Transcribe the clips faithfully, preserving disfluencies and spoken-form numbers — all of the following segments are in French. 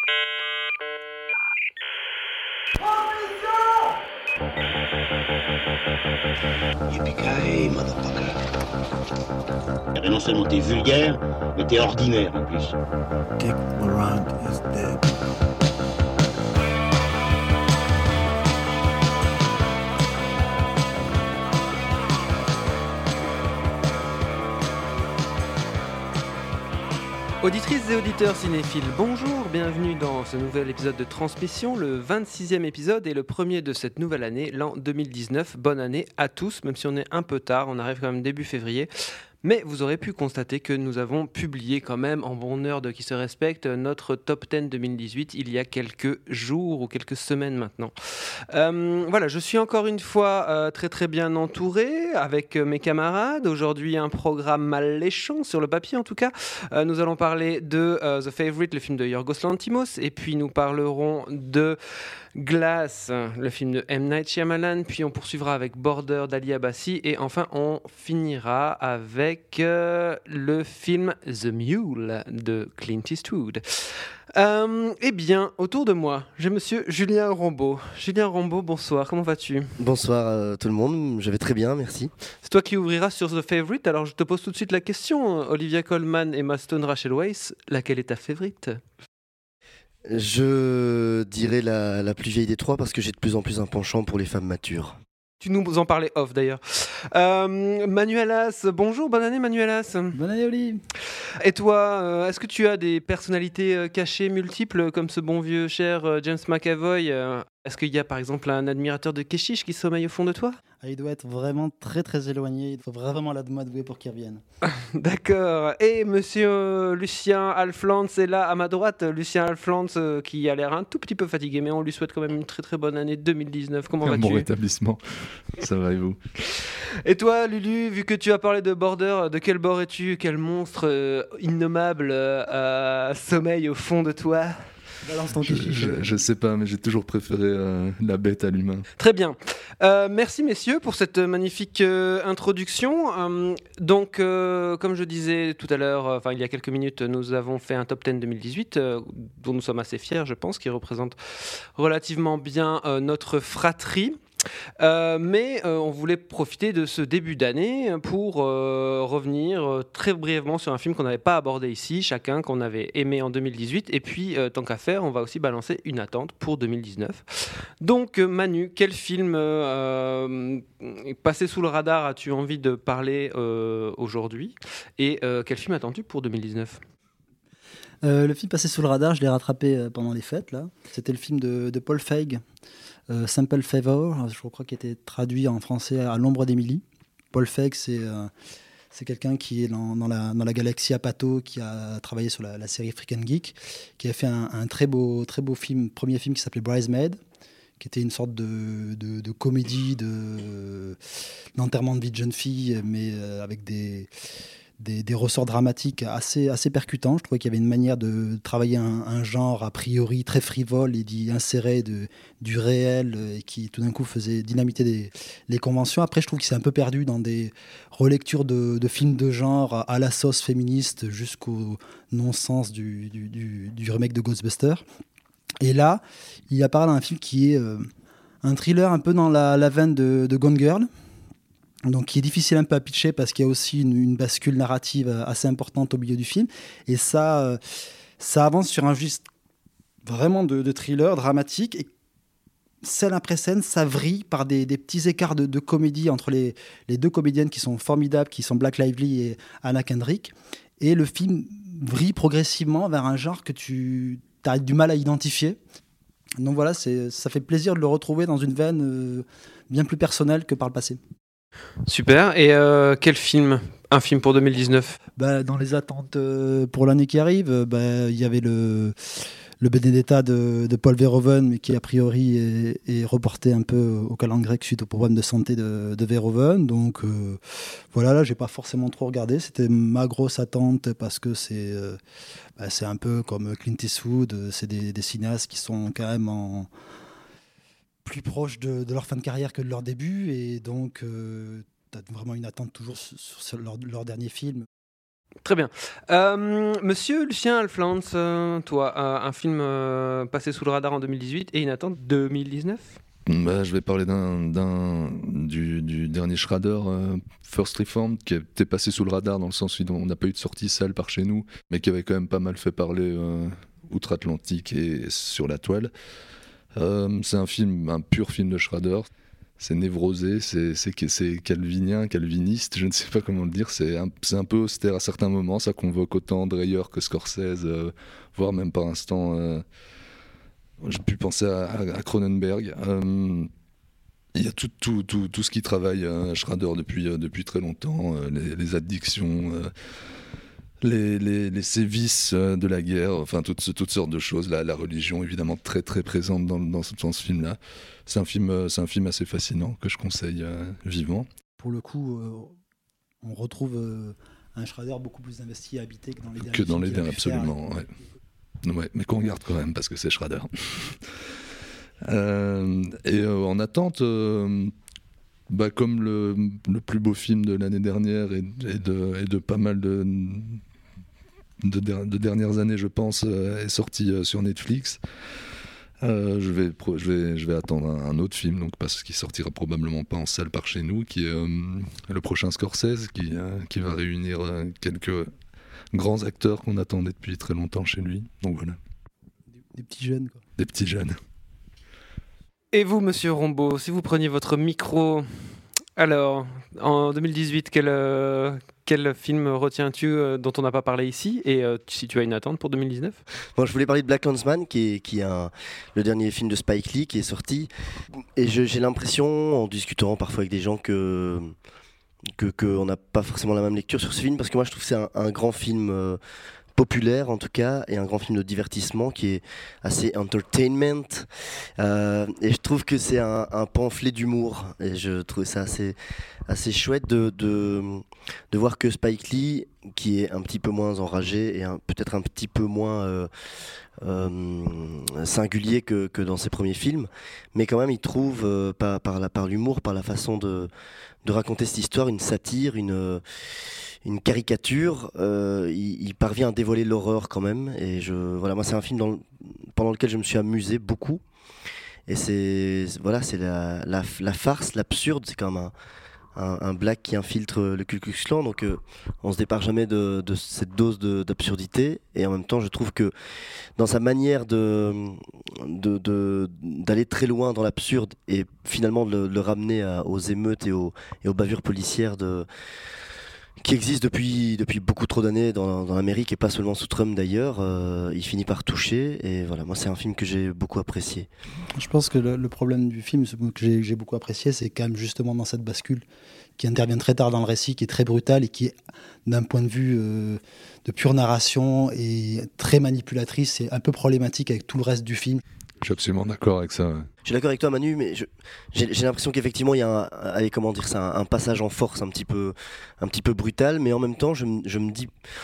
Yippee-ki-yay, motherfucker. Eh ben non seulement t'es vulgaire, mais t'es ordinaire en plus. Dick Laurent is dead. Auditrices et auditeurs cinéphiles, bonjour, bienvenue dans ce nouvel épisode de Transmission, le vingt-sixième épisode et le premier de cette nouvelle année, l'an deux mille dix-neuf. Bonne année à tous, même si on est un peu tard, on arrive quand même début février. Mais vous aurez pu constater que nous avons publié quand même, en bon nerd qui se respecte, notre Top dix deux mille dix-huit il y a quelques jours ou quelques semaines maintenant. Euh, voilà, je suis encore une fois euh, très très bien entouré avec euh, mes camarades. Aujourd'hui, un programme alléchant sur le papier en tout cas. Euh, nous allons parler de euh, The Favourite, le film de Yorgos Lanthimos, et puis nous parlerons de Glass, le film de M. Night Shyamalan, puis on poursuivra avec Border d'Ali Abbasi, et enfin on finira avec euh, le film The Mule de Clint Eastwood. Euh, eh bien, autour de moi, j'ai monsieur Julien Rambaud. Julien Rambaud, bonsoir, comment vas-tu ? Bonsoir à tout le monde, je vais très bien, merci. C'est toi qui ouvriras sur The Favourite, alors je te pose tout de suite la question. Olivia Colman, Emma Stone, Rachel Weisz, laquelle est ta favorite ? Je dirais la, la plus vieille des trois parce que j'ai de plus en plus un penchant pour les femmes matures. Tu nous en parlais off d'ailleurs. Euh, Manuelas, bonjour, bonne année Manuelas. Bonne année Oli. Et toi, euh, est-ce que tu as des personnalités euh, cachées multiples comme ce bon vieux cher euh, James McAvoy euh, Est-ce qu'il y a par exemple un admirateur de Keshish qui sommeille au fond de toi ? Ah, il doit être vraiment très très éloigné, il faut vraiment la m'avouer pour qu'il revienne. D'accord. Et monsieur euh, Lucien Alflans est là à ma droite. Lucien Alflans euh, qui a l'air un tout petit peu fatigué, mais on lui souhaite quand même une très très bonne année deux mille dix-neuf. Comment Un vas-tu ? bon rétablissement. Ça va et vous ? Et toi, Lulu, vu que tu as parlé de Border, de quel bord es-tu ? Quel monstre euh, innommable euh, sommeille au fond de toi ? Balance ton je, je, je sais pas, mais j'ai toujours préféré euh, la bête à l'humain. Très bien. Euh, merci messieurs pour cette magnifique euh, introduction. Euh, donc, euh, comme je disais tout à l'heure, enfin euh, il y a quelques minutes, nous avons fait un top dix deux mille dix-huit euh, dont nous sommes assez fiers, je pense, qui représente relativement bien euh, notre fratrie. Euh, mais euh, on voulait profiter de ce début d'année pour euh, revenir euh, très brièvement sur un film qu'on n'avait pas abordé ici, chacun qu'on avait aimé en deux mille dix-huit, et puis euh, tant qu'à faire, on va aussi balancer une attente pour deux mille dix-neuf. Donc euh, Manu, quel film euh, passé sous le radar as-tu envie de parler euh, aujourd'hui, et euh, quel film attends-tu pour deux mille dix-neuf ? Euh, le film passé sous le radar, je l'ai rattrapé euh, pendant les fêtes. Là. C'était le film de, de Paul Feig, euh, Simple Favor, je crois qu'il était traduit en français à l'ombre d'Emily. Paul Feig, c'est, euh, c'est quelqu'un qui est dans, dans, la, dans la galaxie Apatow, qui a travaillé sur la, la série Freak and Geek, qui a fait un, un très, beau, très beau film, premier film qui s'appelait Bridesmaid, qui était une sorte de, de, de comédie de, d'enterrement de vie de jeune fille, mais euh, avec des... Des, des ressorts dramatiques assez, assez percutants. Je trouvais qu'il y avait une manière de travailler un, un genre a priori très frivole et d'y insérer de, du réel et qui tout d'un coup faisait dynamiter des, les conventions. Après, je trouve qu'il s'est un peu perdu dans des relectures de, de films de genre à la sauce féministe jusqu'au non-sens du, du, du, du remake de Ghostbusters. Et là, il apparaît dans un film qui est euh, un thriller un peu dans la, la veine de, de Gone Girl, donc qui est difficile un peu à pitcher parce qu'il y a aussi une, une bascule narrative assez importante au milieu du film. Et ça, euh, ça avance sur un juste vraiment de, de thriller dramatique. Et scène après scène, ça vrille par des, des petits écarts de, de comédie entre les, les deux comédiennes qui sont formidables, qui sont Blake Lively et Anna Kendrick. Et le film vrille progressivement vers un genre que tu as du mal à identifier. Donc voilà, c'est, ça fait plaisir de le retrouver dans une veine euh, bien plus personnelle que par le passé. Super. Et euh, quel film ? Un film pour deux mille dix-neuf ? Bah, dans les attentes euh, pour l'année qui arrive, il bah, y avait le, le Benedetta de, de Paul Verhoeven, mais qui a priori est, est reporté un peu au calendrier grec suite au problème de santé de, de Verhoeven. Donc euh, voilà, là, j'ai pas forcément trop regardé. C'était ma grosse attente parce que c'est, euh, bah, c'est un peu comme Clint Eastwood. C'est des, des cinéastes qui sont quand même en plus proches de, de leur fin de carrière que de leur début, et donc euh, tu as vraiment une attente toujours sur, sur leur, leur dernier film. Très bien. Euh, Monsieur Lucien Alflans, euh, toi, euh, un film euh, passé sous le radar en deux mille dix-huit et une attente deux mille dix-neuf. Bah, je vais parler d'un, d'un, du, du dernier Schrader, euh, First Reformed, qui était passé sous le radar dans le sens où on n'a pas eu de sortie salle par chez nous, mais qui avait quand même pas mal fait parler euh, outre-Atlantique et sur la toile. Euh, c'est un film, un pur film de Schrader. C'est névrosé, c'est, c'est, c'est calvinien, calviniste, je ne sais pas comment le dire. C'est un, c'est un peu austère à certains moments. Ça convoque autant Dreyer que Scorsese, euh, voire même par instant... Euh, J'ai pu penser à, à Cronenberg. Euh, il y a tout, tout, tout, tout ce qui travaille à Schrader depuis, euh, depuis très longtemps, euh, les, les addictions, euh, les, les, les sévices euh, de la guerre, enfin toutes, toutes sortes de choses. La, la religion, évidemment, très très présente dans, dans, ce, dans ce film-là. C'est un film, euh, c'est un film assez fascinant que je conseille euh, vivement. Pour le coup, euh, on retrouve euh, un Schrader beaucoup plus investi et habité que dans les derniers Que dans films les qu'il a derniers, pu faire. absolument, ouais. Ouais, mais qu'on regarde quand même parce que c'est Schrader. euh, et euh, en attente, euh, bah, comme le, le plus beau film de l'année dernière et, et, de, et de pas mal de, de, de dernières années, je pense, euh, est sorti euh, sur Netflix. Euh, je, vais, je, vais, je vais attendre un, un autre film, donc parce qu'il sortira probablement pas en salle par chez nous, qui est euh, le prochain Scorsese, qui, euh, qui va réunir euh, quelques grands acteurs qu'on attendait depuis très longtemps chez lui. Donc voilà. Des, des petits jeunes, quoi. Des petits jeunes. Et vous, Monsieur Rombaud, si vous preniez votre micro, alors, en deux mille dix-huit, quel, euh, quel film retiens-tu euh, dont on n'a pas parlé ici? Et euh, si tu as une attente pour deux mille dix-neuf? Bon, je voulais parler de Black Klansman, qui est, qui est un, le dernier film de Spike Lee qui est sorti. Et je, j'ai l'impression, en discutant parfois avec des gens, que que qu'on n'a pas forcément la même lecture sur ce film, parce que moi je trouve que c'est un, un grand film euh, populaire en tout cas, et un grand film de divertissement qui est assez entertainment, euh, et je trouve que c'est un, un pamphlet d'humour, et je trouve ça assez, assez chouette de, de, de voir que Spike Lee, qui est un petit peu moins enragé et un, peut-être un petit peu moins euh, euh, singulier que, que dans ses premiers films, mais quand même il trouve euh, par, par, la, par l'humour, par la façon de de raconter cette histoire, une satire, une, une caricature, euh, il, il parvient à dévoiler l'horreur quand même. Et je, voilà, moi c'est un film dans le, pendant lequel je me suis amusé beaucoup. Et c'est, voilà, c'est la, la, la farce, l'absurde, c'est quand même un, un, un black qui infiltre le Ku Klux Klan. Donc euh, on se départ jamais de, de cette dose de, d'absurdité. Et en même temps, je trouve que dans sa manière de, de, de, d'aller très loin dans l'absurde et finalement de le, de le ramener à, aux émeutes et aux, et aux bavures policières de, qui existent depuis, depuis beaucoup trop d'années dans, dans l'Amérique et pas seulement sous Trump d'ailleurs, euh, il finit par toucher. Et voilà, moi c'est un film que j'ai beaucoup apprécié. Je pense que le, le problème du film, ce que j'ai, j'ai beaucoup apprécié, c'est quand même justement dans cette bascule qui intervient très tard dans le récit, qui est très brutale et qui est d'un point de vue euh, de pure narration et très manipulatrice, c'est un peu problématique avec tout le reste du film. Je suis absolument d'accord avec ça. Ouais. Je suis d'accord avec toi Manu, mais je, j'ai, j'ai l'impression qu'effectivement il y a un, allez, comment dire ça, un, un passage en force un petit peu, un petit peu brutal, mais en même temps je, je me dis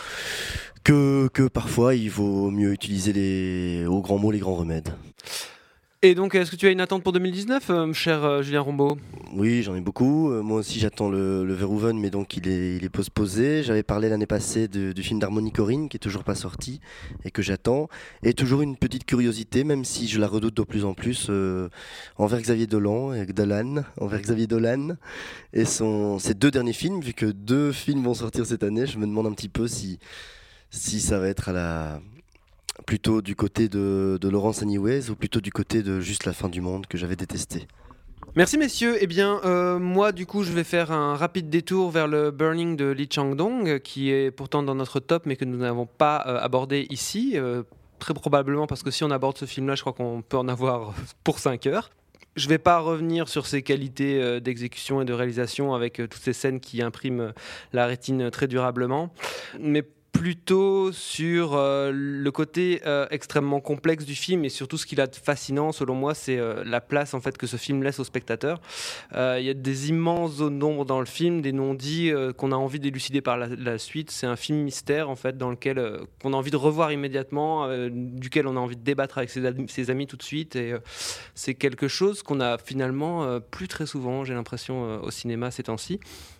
que, que parfois il vaut mieux utiliser les, aux grands mots les grands remèdes. Et donc, est-ce que tu as une attente pour deux mille dix-neuf, euh, cher euh, Julien Rombaud? Oui, j'en ai beaucoup. Euh, moi aussi, j'attends le, le Verhoeven, mais donc il est, il est postposé. J'avais parlé l'année passée de, du film d'Harmony Korine, qui est toujours pas sorti et que j'attends. Et toujours une petite curiosité, même si je la redoute de plus en plus, euh, envers Xavier Dolan, et Dolan, envers Xavier Dolan et son, ses deux derniers films, vu que deux films vont sortir cette année. Je me demande un petit peu si, si ça va être à la plutôt du côté de, de Laurence Anyways ou plutôt du côté de Juste la fin du monde que j'avais détesté. Merci messieurs. Eh bien, euh, moi du coup, je vais faire un rapide détour vers le Burning de Lee Chang-dong, qui est pourtant dans notre top, mais que nous n'avons pas euh, abordé ici. Euh, très probablement parce que si on aborde ce film-là, je crois qu'on peut en avoir pour cinq heures. Je ne vais pas revenir sur ses qualités euh, d'exécution et de réalisation avec euh, toutes ces scènes qui impriment euh, la rétine très durablement, mais plutôt sur euh, le côté euh, extrêmement complexe du film et surtout ce qu'il a de fascinant selon moi, c'est euh, la place en fait que ce film laisse au spectateur. Il euh, y a des immenses zones d'ombre dans le film, des non-dits euh, qu'on a envie d'élucider par la, la suite. C'est un film mystère en fait dans lequel euh, qu'on a envie de revoir immédiatement, euh, duquel on a envie de débattre avec ses, ad- ses amis tout de suite. Et euh, c'est quelque chose qu'on a finalement euh, plus très souvent, j'ai l'impression, euh, au cinéma ces temps-ci.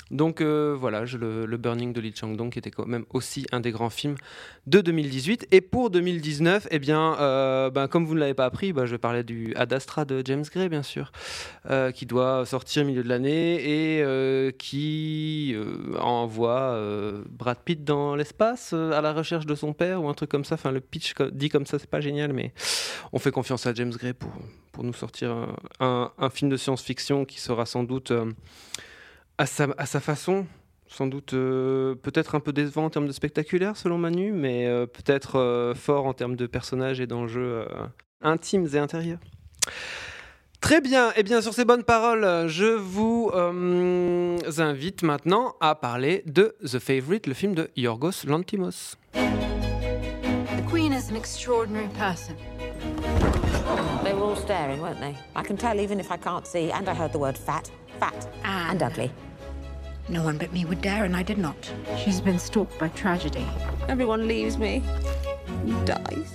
Donc euh, voilà, je, le, le Burning de Lee Chang-dong qui était quand même aussi un des grands films de deux mille dix-huit. Et pour deux mille dix-neuf, eh bien, euh, ben, comme vous ne l'avez pas appris, ben, je vais parler du Ad Astra de James Gray, bien sûr, euh, qui doit sortir au milieu de l'année et euh, qui euh, envoie euh, Brad Pitt dans l'espace euh, à la recherche de son père ou un truc comme ça. Enfin, le pitch dit comme ça, c'est pas génial, mais on fait confiance à James Gray pour, pour nous sortir un, un, un film de science-fiction qui sera sans doute... Euh, À sa, à sa façon, sans doute euh, peut-être un peu décevant en termes de spectaculaire selon Manu, mais euh, peut-être euh, fort en termes de personnages et d'enjeux euh, intimes et intérieurs. Très bien, et bien sur ces bonnes paroles, je vous euh, invite maintenant à parler de The Favourite, le film de Yorgos Lanthimos. The Queen is an extraordinary person. They were all staring, weren't they? I can tell even if I can't see, and I heard the word fat, fat, and, and ugly. No one but me would dare, and I did not. She's been stalked by tragedy. Everyone leaves me. He dies.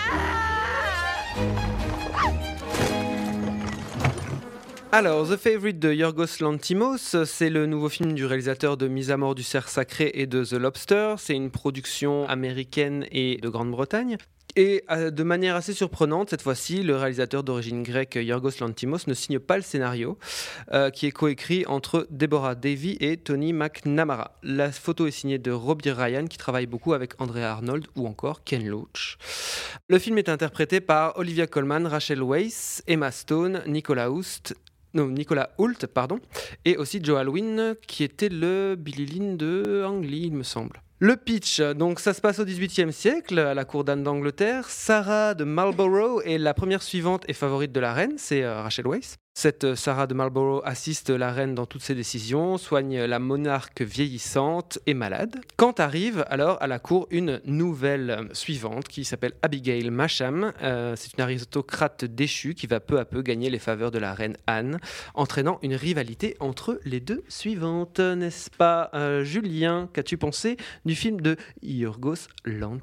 Alors, The Favourite de Yorgos Lanthimos, c'est le nouveau film du réalisateur de Mise à mort du cerf sacré et de The Lobster. C'est une production américaine et de Grande-Bretagne. Et euh, de manière assez surprenante, cette fois-ci, le réalisateur d'origine grecque Yorgos Lanthimos ne signe pas le scénario, euh, qui est coécrit entre Deborah Davy et Tony McNamara. La photo est signée de Robbie Ryan, qui travaille beaucoup avec Andrea Arnold ou encore Ken Loach. Le film est interprété par Olivia Colman, Rachel Weisz, Emma Stone, Nicolas Hoult, non, Nicolas Hoult, pardon, et aussi Joe Alwyn, qui était le Billy Lynn de Ang Lee, il me semble. Le pitch, donc ça se passe au dix-huitième siècle, à la cour d'Anne d'Angleterre. Sarah de Marlborough est la première suivante et favorite de la reine, c'est euh, Rachel Weisz. Cette euh, Sarah de Marlborough assiste la reine dans toutes ses décisions, soigne la monarque vieillissante et malade. Quand arrive alors à la cour une nouvelle suivante qui s'appelle Abigail Masham. Euh, c'est une aristocrate déchue qui va peu à peu gagner les faveurs de la reine Anne, entraînant une rivalité entre les deux suivantes. N'est-ce pas, euh, Julien, qu'as-tu pensé du film de Yorgos Lanthimos ?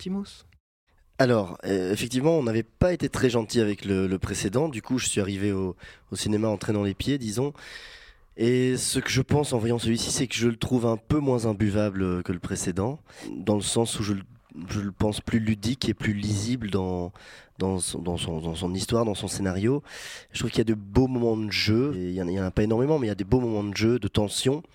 Alors, euh, effectivement, on n'avait pas été très gentil avec le, le précédent. Du coup, je suis arrivé au, au cinéma en traînant les pieds, disons. Et ce que je pense en voyant celui-ci, c'est que je le trouve un peu moins imbuvable que le précédent, dans le sens où je, je le pense plus ludique et plus lisible dans, dans, son, dans, son, dans son histoire, dans son scénario. Je trouve qu'il y a de beaux moments de jeu. Et il n'y en, en a pas énormément, mais il y a des beaux moments de jeu, de tension.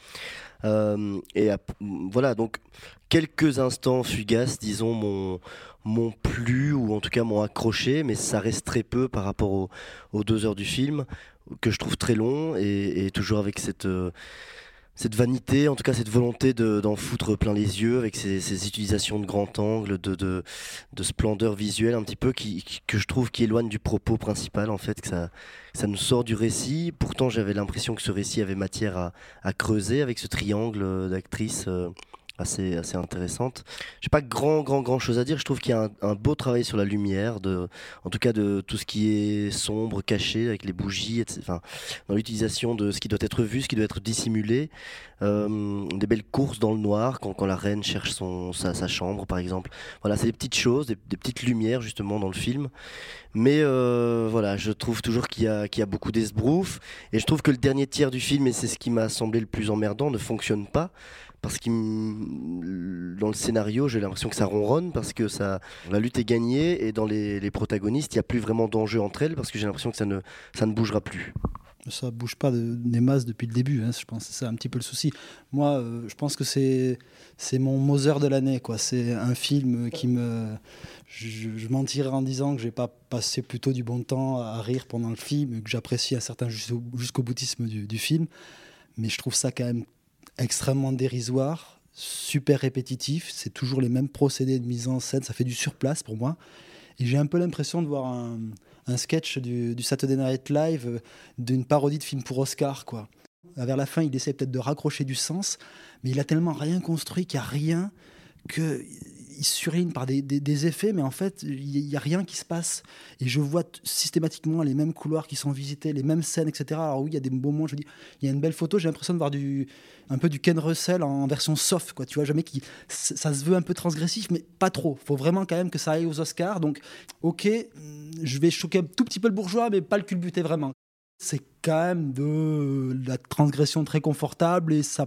Euh, et à, voilà, donc quelques instants fugaces, disons, m'ont, m'ont plu ou en tout cas m'ont accroché, mais ça reste très peu par rapport aux, aux deux heures du film, que je trouve très long et, et toujours avec cette, euh, cette vanité, en tout cas cette volonté de, d'en foutre plein les yeux, avec ces, ces utilisations de grand angle, de, de, de splendeur visuelle un petit peu, qui, qui, que je trouve qui éloigne du propos principal, en fait, que ça, ça nous sort du récit. Pourtant, j'avais l'impression que ce récit avait matière à, à creuser avec ce triangle d'actrices euh, assez, assez intéressante. J'ai pas grand, grand, grand chose à dire. Je trouve qu'il y a un, un beau travail sur la lumière, de, en tout cas de tout ce qui est sombre, caché, avec les bougies, et cetera. Enfin, dans l'utilisation de ce qui doit être vu, ce qui doit être dissimulé. Euh, des belles courses dans le noir quand, quand la reine cherche son, sa, sa chambre, par exemple. Voilà, c'est des petites choses, des, des petites lumières justement dans le film. Mais euh, voilà, je trouve toujours qu'il y a, qu'il y a beaucoup d'esbroufs. Et je trouve que le dernier tiers du film, et c'est ce qui m'a semblé le plus emmerdant, ne fonctionne pas. Parce que dans le scénario, j'ai l'impression que ça ronronne, parce que ça, la lutte est gagnée, et dans les, les protagonistes, il n'y a plus vraiment d'enjeu entre elles, parce que j'ai l'impression que ça ne, ça ne bougera plus. Ça bouge pas de, des masses depuis le début, hein, je pense que c'est un petit peu le souci. Moi, euh, je pense que c'est, c'est mon Mozart de l'année, quoi. C'est un film qui me... Je, je mentirais en disant que j'ai pas passé plutôt du bon temps à rire pendant le film, que j'apprécie un certain jusqu'au, jusqu'au boutisme du, du film, mais je trouve ça quand même extrêmement dérisoire, super répétitif, c'est toujours les mêmes procédés de mise en scène, ça fait du surplace pour moi, et j'ai un peu l'impression de voir un, un sketch du, du Saturday Night Live euh, d'une parodie de film pour Oscar, quoi. Vers la fin, il essaie peut-être de raccrocher du sens, mais il a tellement rien construit qu'il n'y a rien, que il surligne par des, des, des effets, mais en fait, il n'y a rien qui se passe. Et je vois t- systématiquement les mêmes couloirs qui sont visités, les mêmes scènes, et cetera. Alors oui, il y a des beaux moments, je dis, il y a une belle photo, j'ai l'impression de voir du, un peu du Ken Russell en version soft, quoi. Tu vois, jamais qui, ça se veut un peu transgressif, mais pas trop. Il faut vraiment quand même que ça aille aux Oscars. Donc, ok, je vais choquer un tout petit peu le bourgeois, mais pas le culbuter vraiment. C'est quand même de la transgression très confortable et ça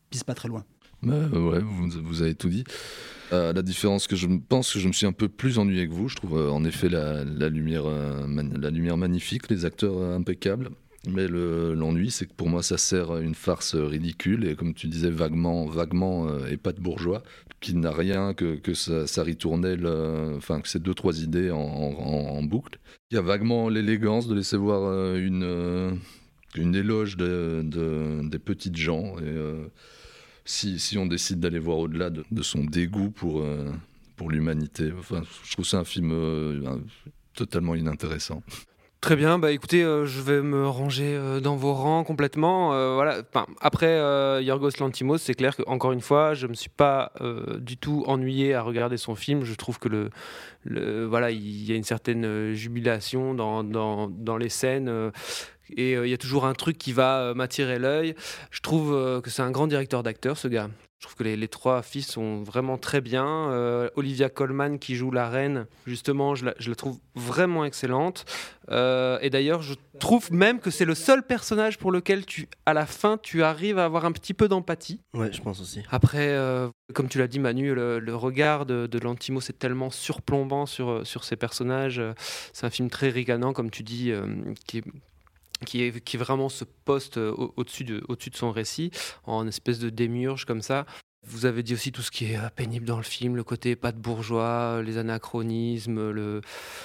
vise pas très loin. Bah, ouais, vous, vous avez tout dit. Euh, la différence que je pense que je me suis un peu plus ennuyé que vous. Je trouve euh, en effet la, la, lumière, euh, man, la lumière magnifique, les acteurs euh, impeccables. Mais le, l'ennui, c'est que pour moi, ça sert une farce ridicule et comme tu disais, vaguement, vaguement euh, et pas de bourgeois, qui n'a rien que, que ça, ça ritournelle, enfin que ces deux trois idées en, en, en boucle. Il y a vaguement l'élégance de laisser voir euh, une, euh, une éloge de, de, des petites gens. Et, euh, Si, si on décide d'aller voir au-delà de, de son dégoût pour, euh, pour l'humanité. Enfin, je trouve ça un film euh, totalement inintéressant. Très bien, bah écoutez, euh, je vais me ranger euh, dans vos rangs complètement. Euh, voilà. Enfin, après euh, Yorgos Lanthimos, c'est clair qu'encore une fois, je ne me suis pas euh, du tout ennuyé à regarder son film. Je trouve que le, le voilà, il y a une certaine jubilation dans, dans, dans les scènes. Euh, Et il euh, y a toujours un truc qui va euh, m'attirer l'œil. Je trouve euh, que c'est un grand directeur d'acteurs, ce gars. Je trouve que les, les trois filles sont vraiment très bien. Euh, Olivia Colman, qui joue la reine, justement, je la, je la trouve vraiment excellente. Euh, et d'ailleurs, je trouve même que c'est le seul personnage pour lequel, tu, à la fin, tu arrives à avoir un petit peu d'empathie. Ouais, je pense aussi. Après, euh, comme tu l'as dit, Manu, le, le regard de, de Lanthimos c'est tellement surplombant sur, sur ces personnages. C'est un film très ricanant, comme tu dis, euh, qui est... Qui, est, qui vraiment se poste au, au-dessus, de, au-dessus de son récit, en espèce de démiurge comme ça. Vous avez dit aussi tout ce qui est pénible dans le film, le côté pas de bourgeois, les anachronismes, le,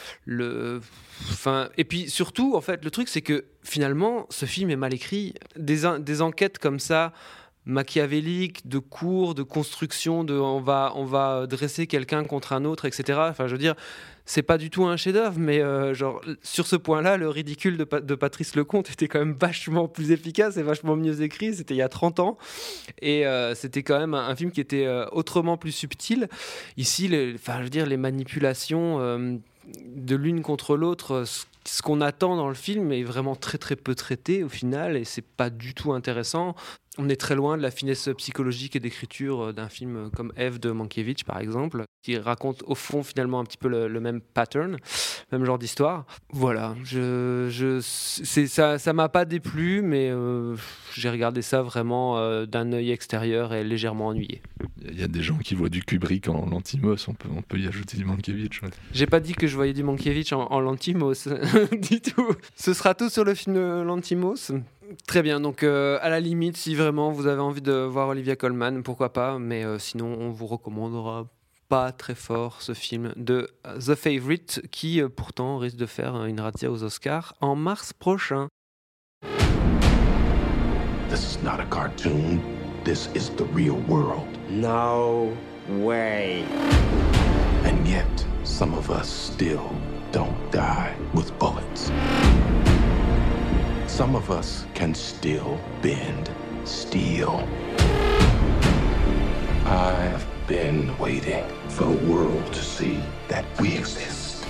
le, enfin, et puis surtout, en fait, le truc, c'est que finalement, ce film est mal écrit. Des, des enquêtes comme ça, machiavélique, de cours, de construction, de on va, on va dresser quelqu'un contre un autre, et cetera. Enfin, je veux dire, c'est pas du tout un chef-d'œuvre, mais euh, genre, sur ce point-là, le ridicule de, de Patrice Lecomte était quand même vachement plus efficace et vachement mieux écrit. C'était il y a trente ans. Et euh, c'était quand même un, un film qui était euh, autrement plus subtil. Ici, les, enfin, je veux dire, les manipulations euh, de l'une contre l'autre, ce, ce qu'on attend dans le film est vraiment très très peu traité au final, et c'est pas du tout intéressant. On est très loin de la finesse psychologique et d'écriture d'un film comme Eve de Mankiewicz, par exemple, qui raconte au fond finalement un petit peu le, le même pattern, le même genre d'histoire. Voilà, je, je, c'est, ça ça m'a pas déplu, mais euh, j'ai regardé ça vraiment euh, d'un œil extérieur et légèrement ennuyé. Il y a des gens qui voient du Kubrick en Lanthimos, on peut, on peut y ajouter du Mankiewicz. Ouais. J'ai pas dit que je voyais du Mankiewicz en, en Lanthimos, du tout. Ce sera tout sur le film Lanthimos. Très bien, donc euh, à la limite, si vraiment vous avez envie de voir Olivia Colman, pourquoi pas, mais euh, sinon on vous recommandera pas très fort ce film de The Favourite, qui euh, pourtant risque de faire une razzia aux Oscars en mars prochain. This is not a cartoon, this is the real world. No way. And yet, some of us still don't die with bullets. Some of us can still bend steel. I've been waiting for the world to see that we exist.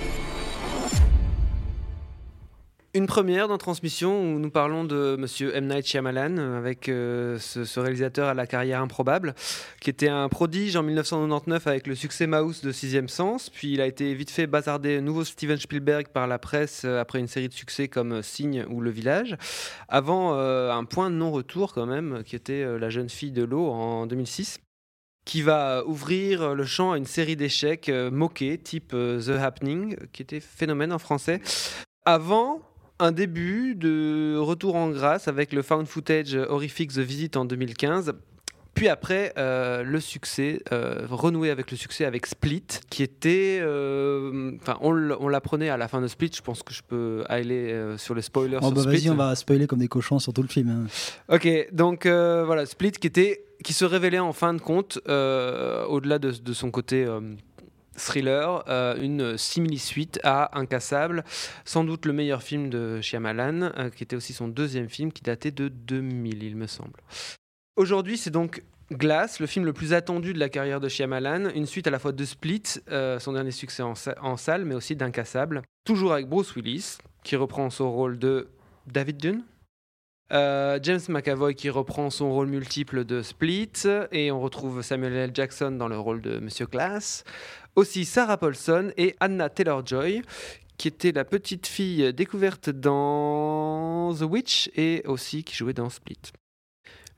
Une première dans Transmission où nous parlons de Monsieur M. Night Shyamalan avec euh, ce, ce réalisateur à la carrière improbable qui était un prodige en dix-neuf cent quatre-vingt-dix-neuf avec le succès Mouse de Sixième Sens, puis il a été vite fait bazardé nouveau Steven Spielberg par la presse euh, après une série de succès comme Signe ou Le Village, avant euh, un point de non-retour quand même qui était euh, La Jeune Fille de l'eau en deux mille six, qui va ouvrir le champ à une série d'échecs euh, moqués type euh, The Happening, qui était phénomène en français, avant un début de retour en grâce avec le found footage horrifique The Visit en deux mille quinze. Puis après, euh, le succès, euh, renoué avec le succès avec Split, qui était... Euh, enfin, on, on l'apprenait à la fin de Split, je pense que je peux aller euh, sur les spoilers oh sur bah Split. Vas-y, on va spoiler comme des cochons sur tout le film. Hein. Ok, donc euh, voilà, Split qui, était, qui se révélait en fin de compte, euh, au-delà de, de son côté... Euh, thriller, euh, une simili-suite à Incassable, sans doute le meilleur film de Shyamalan, euh, qui était aussi son deuxième film, qui datait de deux mille, il me semble. Aujourd'hui, c'est donc Glass, le film le plus attendu de la carrière de Shyamalan, une suite à la fois de Split, euh, son dernier succès en, sa- en salle, mais aussi d'Incassable, toujours avec Bruce Willis, qui reprend son rôle de David Dunn, Euh, James McAvoy qui reprend son rôle multiple de Split, et on retrouve Samuel L. Jackson dans le rôle de Monsieur Glass. Aussi Sarah Paulson et Anna Taylor-Joy, qui était la petite fille découverte dans The Witch et aussi qui jouait dans Split.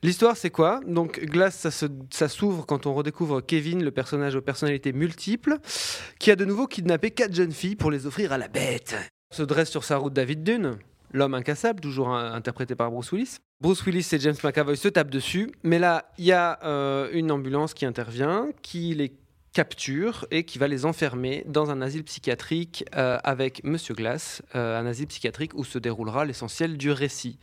L'histoire, c'est quoi? Donc, Glass, ça, se, ça s'ouvre quand on redécouvre Kevin, le personnage aux personnalités multiples, qui a de nouveau kidnappé quatre jeunes filles pour les offrir à la bête. Se dresse sur sa route David Dunn, l'homme incassable, toujours un, interprété par Bruce Willis. Bruce Willis et James McAvoy se tapent dessus, mais là, il y a euh, une ambulance qui intervient, qui les capture et qui va les enfermer dans un asile psychiatrique euh, avec Monsieur Glass, euh, un asile psychiatrique où se déroulera l'essentiel du récit.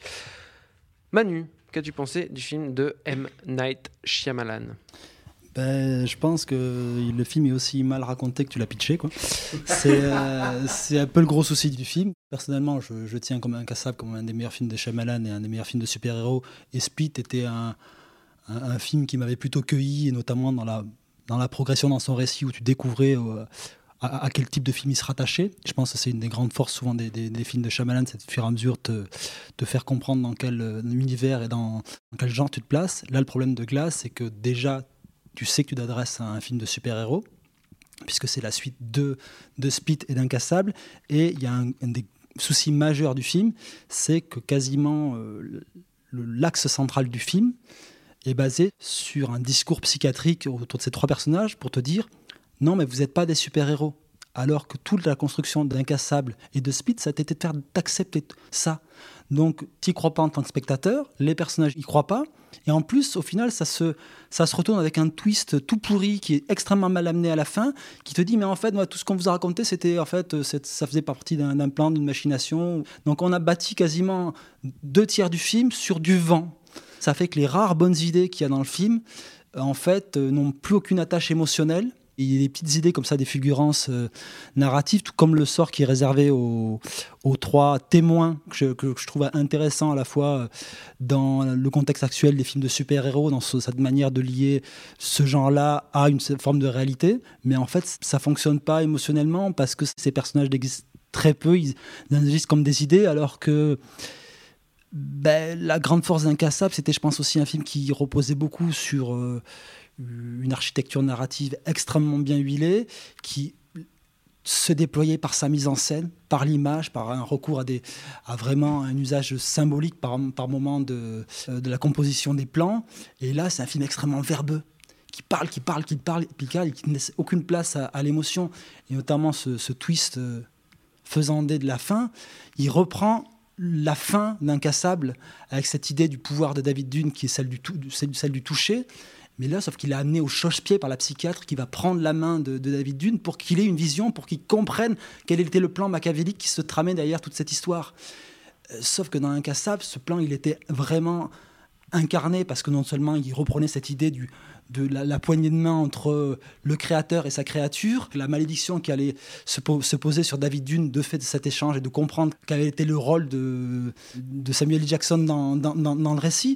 Manu, qu'as-tu pensé du film de M. Night Shyamalan? Ben, je pense que le film est aussi mal raconté que tu l'as pitché, quoi. C'est, euh, c'est un peu le gros souci du film. Personnellement, je, je tiens comme Incassable comme un des meilleurs films de Shyamalan et un des meilleurs films de super-héros. Et Split était un, un, un film qui m'avait plutôt cueilli, et notamment dans la, dans la progression dans son récit où tu découvrais euh, à, à quel type de film il se rattachait. Je pense que c'est une des grandes forces souvent des, des, des films de Shyamalan, c'est de fur et à mesure te, te faire comprendre dans quel euh, univers et dans, dans quel genre tu te places. Là, le problème de Glass, c'est que déjà, tu sais que tu t'adresses à un film de super-héros, puisque c'est la suite de, de Split et d'Incassable. Et il y a un, un des soucis majeurs du film, c'est que quasiment euh, le, l'axe central du film est basé sur un discours psychiatrique autour de ces trois personnages pour te dire « Non, mais vous n'êtes pas des super-héros ». Alors que toute la construction d'Incassable et de Split, ça a été de faire d'accepter ça. Donc, tu n'y crois pas en tant que spectateur, les personnages n'y croient pas, et en plus, au final, ça se, ça se retourne avec un twist tout pourri qui est extrêmement mal amené à la fin, qui te dit, mais en fait, moi, tout ce qu'on vous a raconté, c'était, en fait, ça faisait partie d'un, d'un plan, d'une machination. Donc, on a bâti quasiment deux tiers du film sur du vent. Ça fait que les rares bonnes idées qu'il y a dans le film, en fait, n'ont plus aucune attache émotionnelle. Il y a des petites idées comme ça, des fulgurances euh, narratives, tout comme le sort qui est réservé aux, aux trois témoins, que je, que je trouve intéressant à la fois euh, dans le contexte actuel des films de super-héros, dans ce, cette manière de lier ce genre-là à une forme de réalité. Mais en fait, ça ne fonctionne pas émotionnellement parce que ces personnages existent très peu, ils existent comme des idées, alors que ben, la grande force d'Incassable, c'était, je pense, aussi un film qui reposait beaucoup sur... Euh, une architecture narrative extrêmement bien huilée, qui se déployait par sa mise en scène, par l'image, par un recours à, des, à vraiment un usage symbolique par, par moment de, de la composition des plans. Et là, c'est un film extrêmement verbeux, qui parle, qui parle, qui parle, qui parle, et qui ne laisse aucune place à, à l'émotion. Et notamment ce, ce twist euh, faisandé de la fin, il reprend la fin d'Incassable avec cette idée du pouvoir de David Dunn, qui est celle du, tou- celle, celle du toucher. Mais là, sauf qu'il est amené au chausse-pied par la psychiatre qui va prendre la main de, de David Dunn pour qu'il ait une vision, pour qu'il comprenne quel était le plan machiavélique qui se tramait derrière toute cette histoire. Euh, sauf que dans Incassable, ce plan, il était vraiment incarné parce que non seulement il reprenait cette idée du, de la, la poignée de main entre le créateur et sa créature, la malédiction qui allait se, po- se poser sur David Dunn de fait de cet échange et de comprendre quel était le rôle de, de Samuel L. Jackson dans, dans, dans, dans le récit.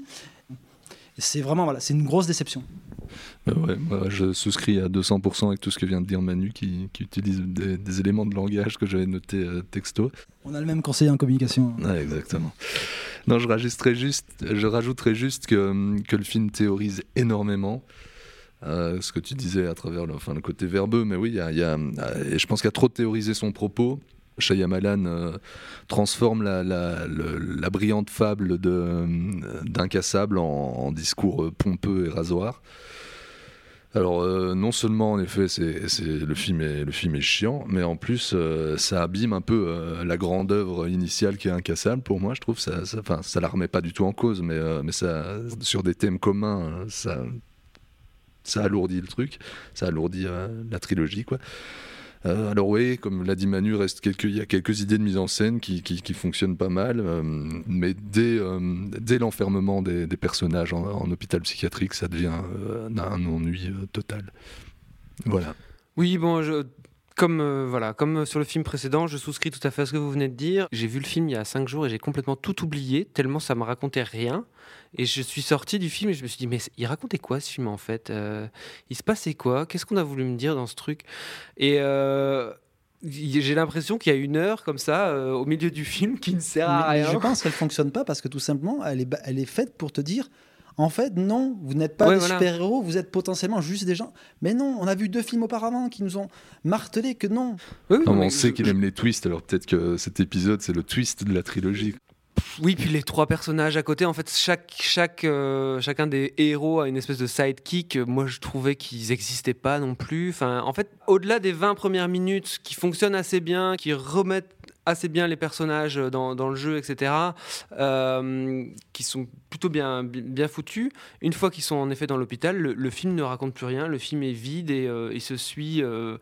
C'est vraiment, voilà, c'est une grosse déception. Euh, ouais, moi, je souscris à deux cents pour cent avec tout ce que vient de dire Manu, qui, qui utilise des, des éléments de langage que j'avais notés euh, texto. On a le même conseiller en communication. Ouais, exactement. Non, je rajouterais juste, je rajouterais juste que, que le film théorise énormément. Euh, ce que tu disais à travers le, enfin, le côté verbeux, mais oui, y a, y a, et je pense qu'il y a trop théorisé son propos. Shyamalan euh, transforme la, la, la, la brillante fable de, euh, d'Incassable en, en discours pompeux et rasoir. Alors euh, non seulement en effet c'est, c'est, le, film est, le film est chiant, mais en plus euh, ça abîme un peu euh, la grande œuvre initiale qui est Incassable pour moi, je trouve. Ça, ça, enfin, ça la remet pas du tout en cause, mais, euh, mais ça, sur des thèmes communs, ça, ça alourdit le truc, ça alourdit euh, la trilogie, quoi. Euh, alors oui, comme l'a dit Manu, reste quelques, il y a quelques idées de mise en scène qui, qui, qui fonctionnent pas mal, euh, mais dès, euh, dès l'enfermement des, des personnages en, en hôpital psychiatrique, ça devient euh, un ennui euh, total. Voilà. Oui, bon, je... Comme, euh, voilà, comme sur le film précédent, je souscris tout à fait à ce que vous venez de dire. J'ai vu le film il y a cinq jours et j'ai complètement tout oublié, tellement ça me racontait rien. Et je suis sorti du film et je me suis dit, mais il racontait quoi ce film en fait euh, Il se passait quoi Qu'est-ce qu'on a voulu me dire dans ce truc Et euh, j'ai l'impression qu'il y a une heure comme ça, euh, au milieu du film, qui ne sert à mais, rien. Mais je pense qu'elle ne fonctionne pas parce que tout simplement, elle est, elle est faite pour te dire... En fait, non, vous n'êtes pas ouais, des voilà. super-héros, vous êtes potentiellement juste des gens. Mais non, on a vu deux films auparavant qui nous ont martelé que non. Oui, oui, non, mais on sait je... qu'il aime les twists, alors peut-être que cet épisode, c'est le twist de la trilogie. Oui, puis les trois personnages à côté, en fait, chaque, chaque, euh, chacun des héros a une espèce de sidekick. Moi, je trouvais qu'ils n'existaient pas non plus. Enfin, en fait, au-delà des vingt premières minutes qui fonctionnent assez bien, qui remettent assez bien les personnages dans, dans le jeu, et cetera, euh, qui sont plutôt bien, bien foutus. Une fois qu'ils sont en effet dans l'hôpital, le, le film ne raconte plus rien. Le film est vide et euh, il se suit... Euh,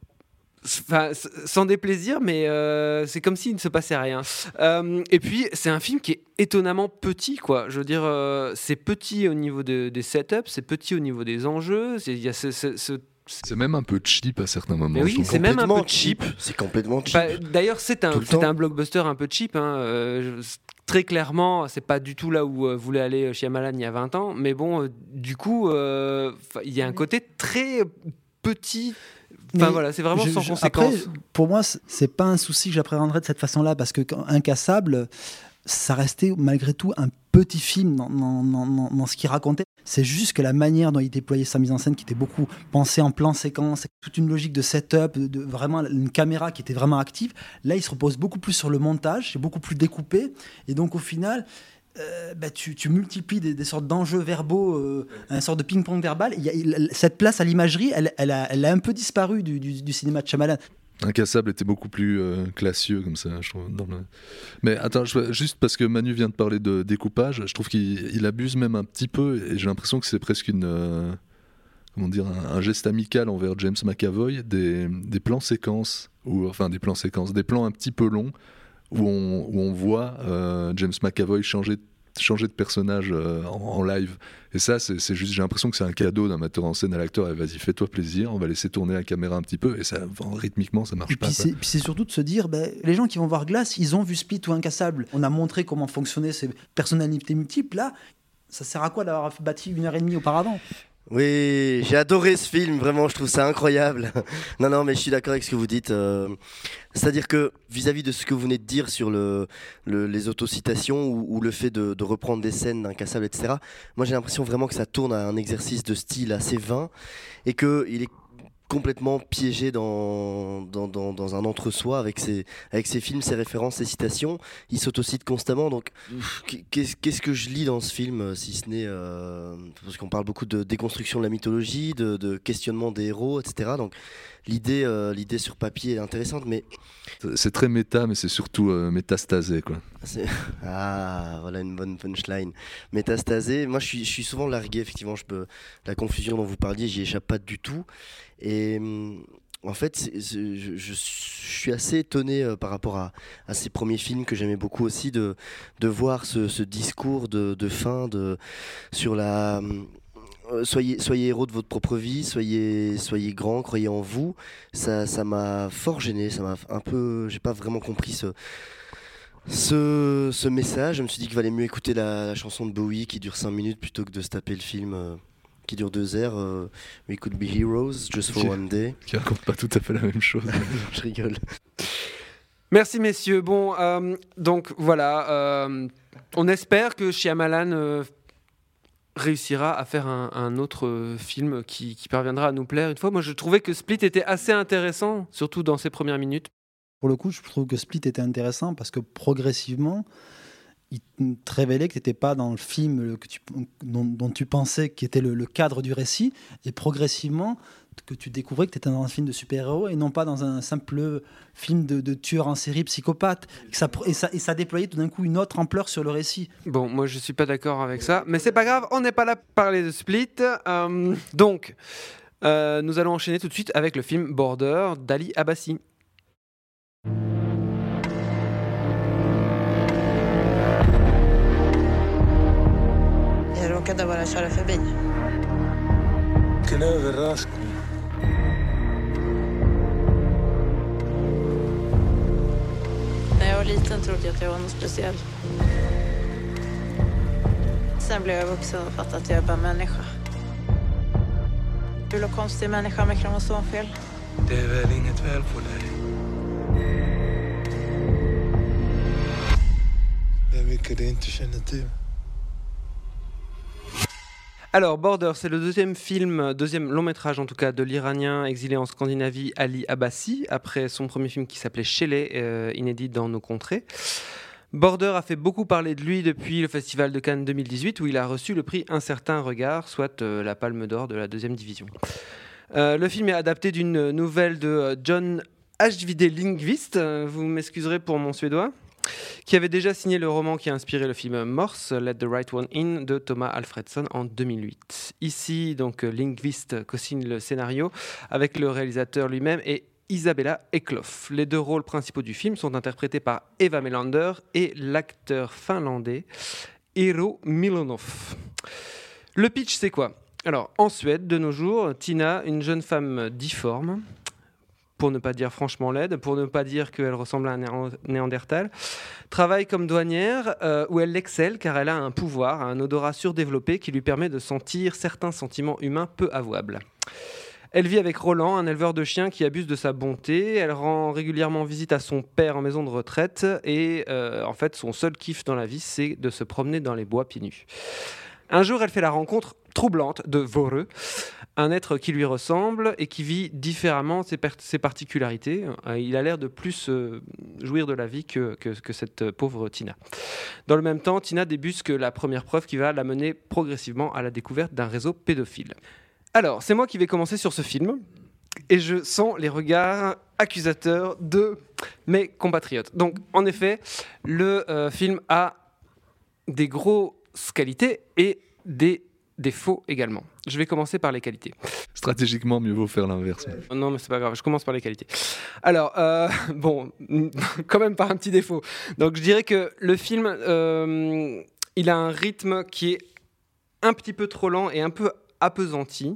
Enfin, sans déplaisir, mais euh, c'est comme s'il ne se passait rien. Euh, et puis, c'est un film qui est étonnamment petit, quoi. Je veux dire, euh, c'est petit au niveau de, des setups, c'est petit au niveau des enjeux. Il y a ce, ce, ce C'est même un peu cheap à certains moments. Mais oui, c'est même un peu cheap. C'est complètement cheap. Bah, d'ailleurs, c'est un, c'est un blockbuster un peu cheap. Hein. Euh, je, très clairement, c'est pas du tout là où euh, voulait aller Shyamalan il y a vingt ans. Mais bon, euh, du coup, euh, il y a un côté très petit. Enfin, voilà, c'est vraiment je, sans je, conséquence. Après, pour moi, c'est pas un souci que j'appréhenderais de cette façon-là, parce que Incassable, ça restait malgré tout un petit film dans, dans, dans, dans ce qu'il racontait. C'est juste que la manière dont il déployait sa mise en scène, qui était beaucoup pensée en plan séquence, toute une logique de setup, de, de vraiment une caméra qui était vraiment active. Là, il se repose beaucoup plus sur le montage, c'est beaucoup plus découpé, et donc au final. Euh, bah, tu, tu multiplies des, des sortes d'enjeux verbaux, euh, un sorte de ping-pong verbal. Il y a, il, cette place à l'imagerie, elle, elle, a, elle a un peu disparu du, du, du cinéma de Shyamalan. Incassable était beaucoup plus euh, classieux comme ça, je trouve. Dans le... Mais attends, je, juste parce que Manu vient de parler de découpage, je trouve qu'il il abuse même un petit peu, et j'ai l'impression que c'est presque une, euh, comment dire, un, un geste amical envers James McAvoy, des, des plans séquences, ou enfin des plans séquences, des plans un petit peu longs, où on, où on voit euh, James McAvoy changer, changer de personnage euh, en, en live. Et ça, c'est, c'est juste, j'ai l'impression que c'est un cadeau d'un metteur en scène à l'acteur. Et vas-y, fais-toi plaisir, on va laisser tourner la caméra un petit peu. Et ça, rythmiquement, ça marche et pas. Puis c'est, puis c'est surtout de se dire, ben, les gens qui vont voir Glass, ils ont vu Split ou Incassable. On a montré comment fonctionnaient ces personnalités multiples. Là, ça sert à quoi d'avoir bâti une heure et demie auparavant ? Oui, j'ai adoré ce film, vraiment, je trouve ça incroyable. Non, non, mais je suis d'accord avec ce que vous dites. Euh, c'est-à-dire que vis-à-vis de ce que vous venez de dire sur le, le, les autocitations ou, ou le fait de, de reprendre des scènes d'Incassable, et cetera, moi j'ai l'impression vraiment que ça tourne à un exercice de style assez vain et qu'il est complètement piégé dans, dans, dans, dans un entre-soi avec ses, avec ses films, ses références, ses citations. Il s'autocite constamment. Donc, qu'est-ce, qu'est-ce que je lis dans ce film, si ce n'est... Euh, parce qu'on parle beaucoup de déconstruction de la mythologie, de, de questionnement des héros, et cetera. Donc, l'idée, euh, l'idée sur papier est intéressante, mais... C'est très méta, mais c'est surtout euh, métastasé, quoi. C'est... Ah, voilà une bonne punchline. Métastasé, moi je suis, je suis souvent largué, effectivement. Je peux... La confusion dont vous parliez, j'y échappe pas du tout. Et en fait, c'est, c'est, je, je suis assez étonné euh, par rapport à, à ces premiers films que j'aimais beaucoup aussi, de, de voir ce, ce discours de, de fin de, sur la... Euh, soyez, soyez héros de votre propre vie, soyez, soyez grand, croyez en vous. Ça, ça m'a fort gêné, ça m'a un peu... J'ai pas vraiment compris ce... Ce, ce message. Je me suis dit qu'il valait mieux écouter la, la chanson de Bowie qui dure cinq minutes plutôt que de se taper le film euh, qui dure deux heures. Euh, We Could Be Heroes, Just for qui, One Day. Qui raconte pas tout à fait la même chose. Je rigole. Merci messieurs. Bon, euh, donc voilà. Euh, on espère que Shyamalan euh, réussira à faire un, un autre film qui, qui parviendra à nous plaire une fois. Moi, je trouvais que Split était assez intéressant, surtout dans ses premières minutes. Pour le coup, je trouve que Split était intéressant parce que progressivement, il te révélait que tu n'étais pas dans le film que tu, dont, dont tu pensais qui était le, le cadre du récit, et progressivement que tu découvrais que tu étais dans un film de super-héros et non pas dans un simple film de, de tueur en série psychopathe. Et ça, et, ça, et ça déployait tout d'un coup une autre ampleur sur le récit. Bon, moi je suis pas d'accord avec ça, mais c'est pas grave, on n'est pas là pour parler de Split. Euh, donc, euh, nous allons enchaîner tout de suite avec le film Border d'Ali Abbasi. Jag råkade bara köra förbi. Vilken överraskning. När jag var liten trodde jag att jag var något speciell. Sen blev jag vuxen och fattade att jag är bara människa. Du är en konstig människa med kromosomfel. Det är väl inget fel på dig. Det är mycket du inte känner till. Alors, Border, c'est le deuxième film, deuxième long métrage en tout cas, de l'Iranien exilé en Scandinavie Ali Abbasi, après son premier film qui s'appelait Shelley, euh, inédit dans nos contrées. Border a fait beaucoup parler de lui depuis le Festival de Cannes deux mille dix-huit où il a reçu le prix Un certain regard, soit euh, la Palme d'Or de la deuxième division. Euh, le film est adapté d'une nouvelle de euh, John Ajvide Lindqvist, euh, vous m'excuserez pour mon suédois, qui avait déjà signé le roman qui a inspiré le film Morse, Let the Right One In, de Thomas Alfredson en deux mille huit. Ici, donc, Lindqvist co-signe le scénario avec le réalisateur lui-même et Isabella Eklof. Les deux rôles principaux du film sont interprétés par Eva Melander et l'acteur finlandais Eero Milonov. Le pitch, c'est quoi ? Alors, en Suède, de nos jours, Tina, une jeune femme difforme, pour ne pas dire franchement laide, pour ne pas dire qu'elle ressemble à un néan- néandertal, travaille comme douanière euh, où elle excelle car elle a un pouvoir, un odorat surdéveloppé qui lui permet de sentir certains sentiments humains peu avouables. Elle vit avec Roland, un éleveur de chiens qui abuse de sa bonté. Elle rend régulièrement visite à son père en maison de retraite. Et euh, en fait, son seul kiff dans la vie, c'est de se promener dans les bois pieds nus. Un jour, elle fait la rencontre troublante de Voreux, un être qui lui ressemble et qui vit différemment ses, per- ses particularités. Euh, il a l'air de plus euh, jouir de la vie que, que, que cette pauvre Tina. Dans le même temps, Tina débusque la première preuve qui va la mener progressivement à la découverte d'un réseau pédophile. Alors, c'est moi qui vais commencer sur ce film, et je sens les regards accusateurs de mes compatriotes. Donc, en effet, le euh, film a des grosses qualités et des défauts également. Je vais commencer par les qualités. Stratégiquement, mieux vaut faire l'inverse. Non, mais c'est pas grave, je commence par les qualités. Alors, euh, bon, quand même par un petit défaut. Donc, je dirais que le film, euh, il a un rythme qui est un petit peu trop lent et un peu appesanti,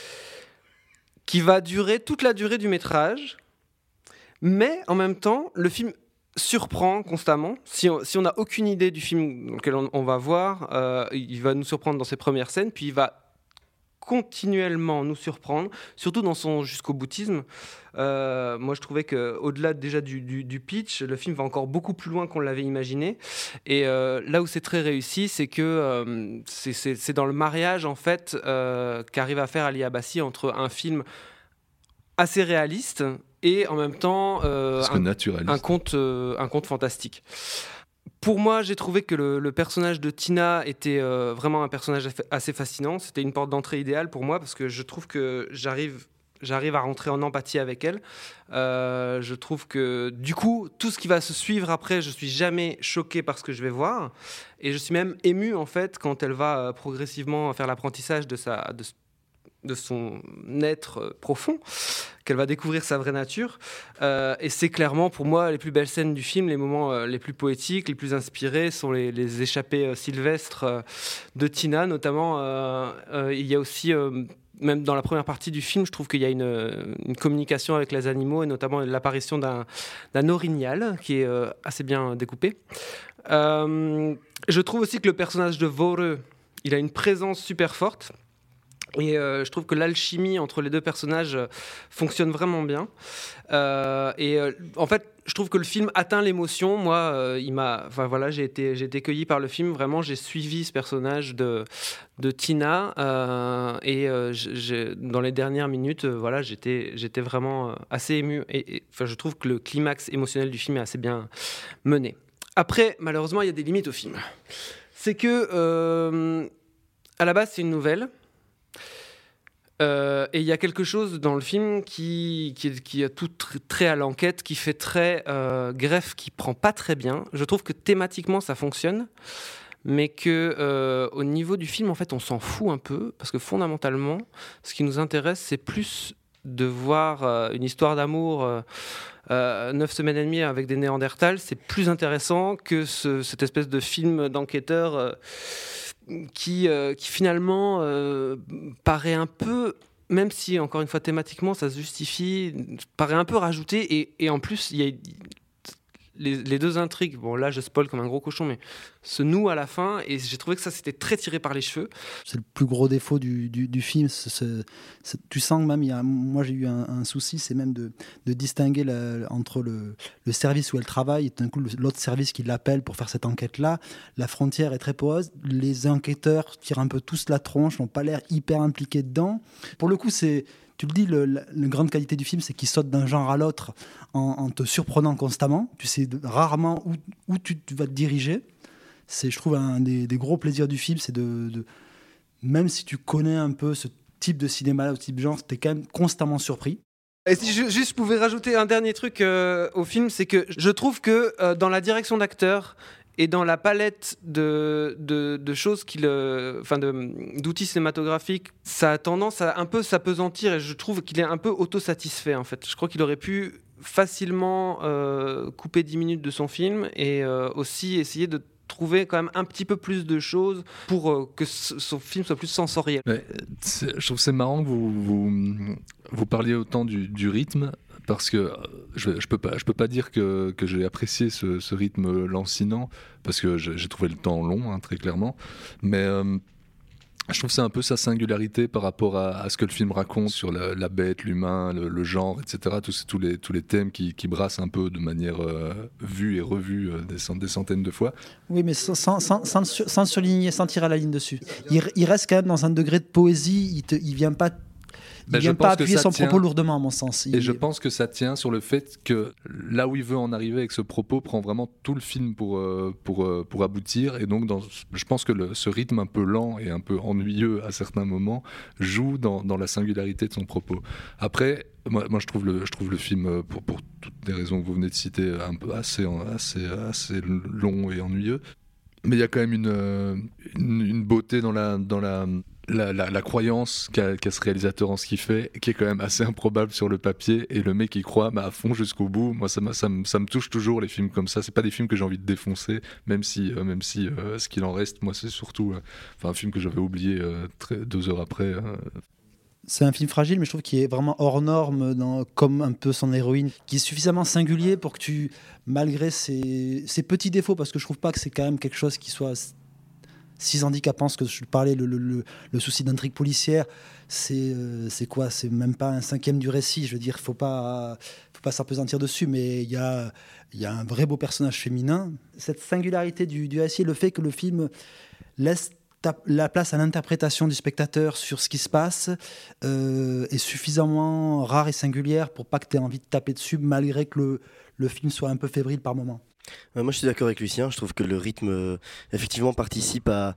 qui va durer toute la durée du métrage, mais en même temps, le film surprend constamment. Si on si on n'a aucune idée du film dans lequel on, on va voir, euh, il va nous surprendre dans ses premières scènes, puis il va continuellement nous surprendre, surtout dans son jusqu'au boutisme. Euh, moi, je trouvais qu'au-delà déjà du, du, du pitch, le film va encore beaucoup plus loin qu'on l'avait imaginé. Et euh, là où c'est très réussi, c'est que euh, c'est, c'est, c'est dans le mariage en fait euh, qu'arrive à faire Ali Abbasi entre un film assez réaliste et en même temps euh, un, un, conte, euh, un conte fantastique. Pour moi, j'ai trouvé que le, le personnage de Tina était euh, vraiment un personnage assez fascinant. C'était une porte d'entrée idéale pour moi parce que je trouve que j'arrive, j'arrive à rentrer en empathie avec elle. Euh, je trouve que du coup, tout ce qui va se suivre après, je suis jamais choqué par ce que je vais voir. Et je suis même ému en fait quand elle va euh, progressivement faire l'apprentissage de sa... De, de son être profond, qu'elle va découvrir sa vraie nature. Euh, et c'est clairement, pour moi, les plus belles scènes du film, les moments euh, les plus poétiques, les plus inspirés, sont les, les échappées euh, sylvestres euh, de Tina, notamment. Euh, euh, il y a aussi, euh, même dans la première partie du film, je trouve qu'il y a une, une communication avec les animaux, et notamment l'apparition d'un, d'un orignal, qui est euh, assez bien découpé. Euh, je trouve aussi que le personnage de Voreux, il a une présence super forte. Et euh, je trouve que l'alchimie entre les deux personnages euh, fonctionne vraiment bien. Euh, et euh, en fait, je trouve que le film atteint l'émotion. Moi, euh, il m'a, enfin voilà, j'ai été, j'ai été cueilli par le film. Vraiment, j'ai suivi ce personnage de de Tina. Euh, et euh, j'ai, dans les dernières minutes, euh, voilà, j'étais, j'étais vraiment assez ému. Et, et enfin, je trouve que le climax émotionnel du film est assez bien mené. Après, malheureusement, il y a des limites au film. C'est que euh, à la base, c'est une nouvelle. Euh, et il y a quelque chose dans le film qui, qui, qui a tout tr- trait à l'enquête, qui fait très euh, greffe, qui prend pas très bien. Je trouve que thématiquement ça fonctionne, mais que euh, au niveau du film en fait on s'en fout un peu parce que fondamentalement ce qui nous intéresse c'est plus de voir euh, une histoire d'amour euh, euh, neuf semaines et demie avec des Néandertals. C'est plus intéressant que ce, cette espèce de film d'enquêteur. Euh, Qui, euh, qui finalement euh, paraît un peu, même si encore une fois thématiquement ça se justifie, paraît un peu rajouté et, et en plus il y a les, les deux intrigues, bon là je spoil comme un gros cochon, mais se nouent à la fin et j'ai trouvé que ça c'était très tiré par les cheveux. C'est le plus gros défaut du, du, du film. C'est, c'est, c'est, tu sens que même, il y a, moi j'ai eu un, un souci, c'est même de, de distinguer la, entre le, le service où elle travaille et tout d'un coup l'autre service qui l'appelle pour faire cette enquête-là. La frontière est très poreuse. Les enquêteurs tirent un peu tous la tronche, n'ont pas l'air hyper impliqués dedans. Pour le coup, c'est... tu le dis, le, la, la grande qualité du film, c'est qu'il saute d'un genre à l'autre en, en te surprenant constamment. Tu sais rarement où, où tu, tu vas te diriger. C'est, je trouve, un des, des gros plaisirs du film, c'est de, de... Même si tu connais un peu ce type de cinéma-là, ce type de genre, tu es quand même constamment surpris. Et si je juste pouvais rajouter un dernier truc euh, au film, c'est que je trouve que euh, dans la direction d'acteur et dans la palette de, de, de choses qu'il, euh, enfin de, d'outils cinématographiques, ça a tendance à un peu s'apesantir et je trouve qu'il est un peu autosatisfait en fait. Je crois qu'il aurait pu facilement euh, couper dix minutes de son film et euh, aussi essayer de trouver quand même un petit peu plus de choses pour euh, que ce, son film soit plus sensoriel. Ouais, je trouve que c'est marrant que vous, vous, vous parliez autant du, du rythme, parce que je, je peux pas, je peux pas dire que, que j'ai apprécié ce, ce rythme lancinant, parce que j'ai, j'ai trouvé le temps long, hein, très clairement, mais euh, je trouve que c'est un peu sa singularité par rapport à, à ce que le film raconte sur la, la bête, l'humain, le, le genre, et cetera. Tous, tous, les, tous les thèmes qui, qui brassent un peu de manière euh, vue et revue euh, des, cent, des centaines de fois. Oui, mais sans, sans, sans, sans, sans surligner, sans tirer la ligne dessus. Il, il reste quand même dans un degré de poésie, il ne vient pas... Il ne vient pas appuyer son tient, propos lourdement, à mon sens. Il... Et je pense que ça tient sur le fait que là où il veut en arriver avec ce propos prend vraiment tout le film pour, euh, pour, euh, pour aboutir. Et donc, dans, je pense que le, ce rythme un peu lent et un peu ennuyeux à certains moments joue dans, dans la singularité de son propos. Après, moi, moi je, trouve le, je trouve le film, pour, pour toutes les raisons que vous venez de citer, un peu assez, assez, assez long et ennuyeux. Mais il y a quand même une, une, une beauté dans la... Dans la La, la, la croyance qu'a, qu'a ce réalisateur en ce qu'il fait, qui est quand même assez improbable sur le papier, et le mec y croit bah, à fond jusqu'au bout. Moi, ça, ça, ça me touche toujours, les films comme ça. C'est pas des films que j'ai envie de défoncer, même si, euh, même si euh, ce qu'il en reste, moi, c'est surtout euh, un film que j'avais oublié euh, très, deux heures après. Euh. C'est un film fragile, mais je trouve qu'il est vraiment hors norme, dans, comme un peu son héroïne, qui est suffisamment singulier pour que tu, malgré ses, ses petits défauts, parce que je trouve pas que c'est quand même quelque chose qui soit si handicapant, ce que je parlais, le, le, le, le souci d'intrigue policière, c'est, euh, c'est quoi ? C'est même pas un cinquième du récit. Je veux dire, faut pas, faut pas s'apesantir dessus, mais il y a, y a un vrai beau personnage féminin. Cette singularité du, du récit, le fait que le film laisse ta, la place à l'interprétation du spectateur sur ce qui se passe, euh, est suffisamment rare et singulière pour pas que tu aies envie de taper dessus, malgré que le, le film soit un peu fébrile par moments. Euh, moi je suis d'accord avec Lucien, je trouve que le rythme euh, effectivement participe à,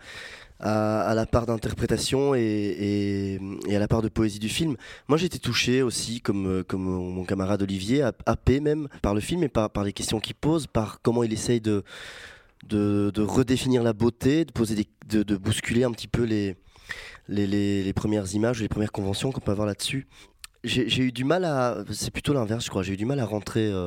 à, à la part d'interprétation et, et, et à la part de poésie du film. Moi j'ai été touché aussi, comme, comme mon camarade Olivier, happé même par le film et par, par les questions qu'il pose, par comment il essaye de, de, de redéfinir la beauté, de, poser des, de, de bousculer un petit peu les, les, les, les premières images, les premières conventions qu'on peut avoir là-dessus. J'ai, j'ai eu du mal à... C'est plutôt l'inverse, je crois. J'ai eu du mal à rentrer euh,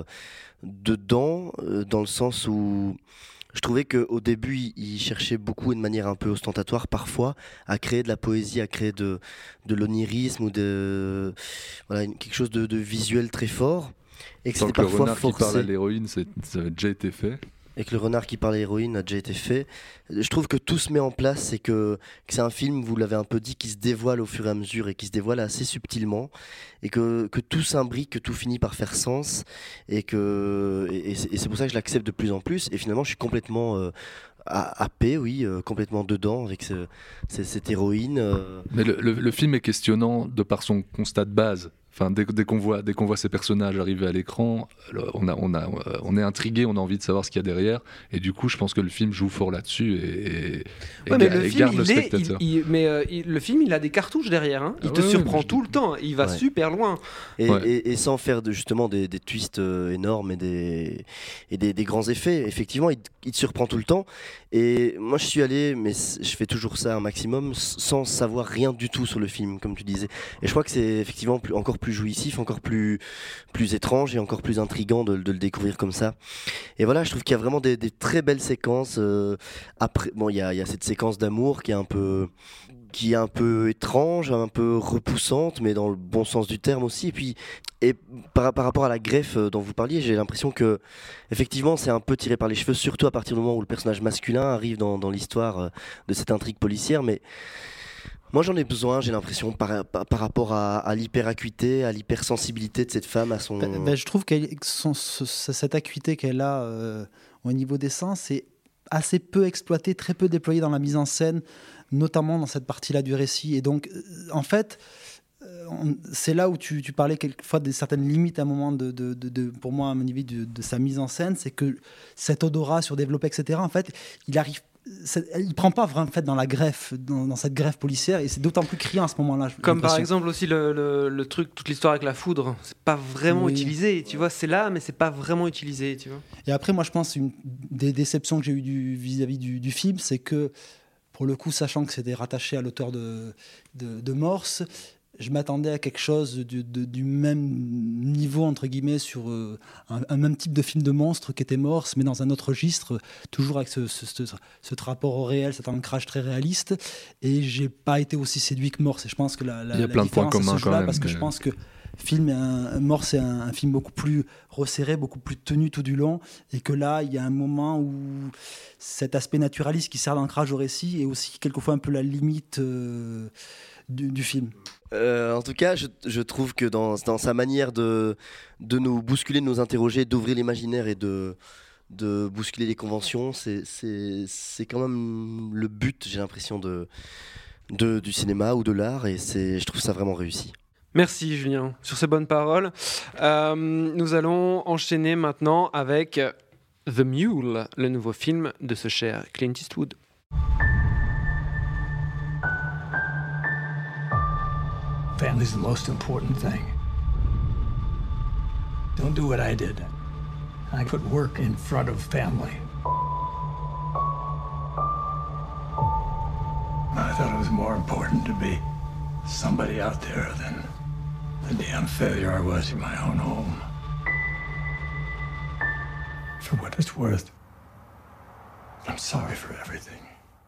dedans, euh, dans le sens où je trouvais qu'au début, il, il cherchait beaucoup, et de manière un peu ostentatoire parfois, à créer de la poésie, à créer de, de l'onirisme ou de, voilà, quelque chose de, de visuel très fort. Et que Tant c'était que parfois le renard forcé. qui parle à l'héroïne, c'est, ça avait déjà été fait. Et que le renard qui parle à l'héroïne a déjà été fait. Je trouve que tout se met en place et que, que c'est un film, vous l'avez un peu dit, qui se dévoile au fur et à mesure et qui se dévoile assez subtilement et que, que tout s'imbrique, que tout finit par faire sens et, que, et, et, c'est, et c'est pour ça que je l'accepte de plus en plus et finalement je suis complètement euh, happé, oui, euh, complètement dedans avec ce, ce, cette héroïne. Euh... Mais le, le, le film est questionnant de par son constat de base. Enfin, dès, dès, qu'on voit, dès qu'on voit ces personnages arriver à l'écran, on, a, on, a, on est intrigué, on a envie de savoir ce qu'il y a derrière. Et du coup, je pense que le film joue fort là-dessus et, et, ouais, et, le et film, garde le est, spectateur. Il, il, mais euh, il, le film, il a des cartouches derrière. Hein. Il ah te ouais, surprend tout le temps. Il va ouais. super loin. Et, ouais. et, et sans faire de, justement des, des twists euh, énormes et, des, et des, des grands effets. Effectivement, il, il te surprend tout le temps. Et moi, je suis allé, mais je fais toujours ça un maximum, sans savoir rien du tout sur le film, comme tu disais. Et je crois que c'est effectivement plus, encore plus jouissif, encore plus, plus étrange et encore plus intriguant de, de le découvrir comme ça. Et voilà, je trouve qu'il y a vraiment des, des très belles séquences. Euh, après, bon, il y a, il y a cette séquence d'amour qui est un peu... qui est un peu étrange, un peu repoussante, mais dans le bon sens du terme aussi. Et puis, et par, par rapport à la greffe dont vous parliez, j'ai l'impression que, effectivement, c'est un peu tiré par les cheveux, surtout à partir du moment où le personnage masculin arrive dans, dans l'histoire de cette intrigue policière. Mais moi, j'en ai besoin, j'ai l'impression, par, par, par rapport à, à l'hyperacuité, à l'hypersensibilité de cette femme, à son... Ben, ben, je trouve que cette acuité qu'elle a euh, au niveau des sens, c'est assez peu exploité, très peu déployé dans la mise en scène, notamment dans cette partie-là du récit. Et donc, en fait, on, c'est là où tu, tu parlais quelquefois de certaines limites à un moment, de, de, de, de, pour moi, à mon niveau, de, de sa mise en scène. C'est que cet odorat surdéveloppé, et cetera, en fait, il arrive. Il prend pas vraiment en fait dans la greffe, dans, dans cette greffe policière, et c'est d'autant plus criant à ce moment-là. Comme par exemple aussi le, le, le truc, toute l'histoire avec la foudre, c'est pas vraiment oui. utilisé, tu vois, c'est là, mais c'est pas vraiment utilisé, tu vois. Et après, moi, je pense une des déceptions que j'ai eues du, vis-à-vis du, du film, c'est que pour le coup, sachant que c'était rattaché à l'auteur de, de, de Morse, je m'attendais à quelque chose du, de, du même niveau, entre guillemets, sur euh, un, un même type de film de monstre qu'était Morse, mais dans un autre registre, toujours avec ce, ce, ce, ce rapport au réel, cet ancrage très réaliste. Et j'ai pas été aussi séduit que Morse. Et je pense que la, la, Il y a la plein de points communs quand même. Parce que mais... je pense que film, un, Morse, c'est un, un film beaucoup plus resserré, beaucoup plus tenu tout du long. Et que là, il y a un moment où cet aspect naturaliste qui sert d'ancrage au récit est aussi quelquefois un peu la limite euh, du, du film. Euh, en tout cas, je, je trouve que dans, dans sa manière de, de nous bousculer, de nous interroger, d'ouvrir l'imaginaire et de, de bousculer les conventions, c'est, c'est, c'est quand même le but, j'ai l'impression, de, de, du cinéma ou de l'art, et c'est, je trouve ça vraiment réussi. Merci Julien, sur ces bonnes paroles. Euh, nous allons enchaîner maintenant avec The Mule, le nouveau film de ce cher Clint Eastwood. Family's the most important thing. Don't do what I did. I put work in front of family. I thought it was more important to be somebody out there than the damn failure I was in my own home. For what it's worth, I'm sorry for everything.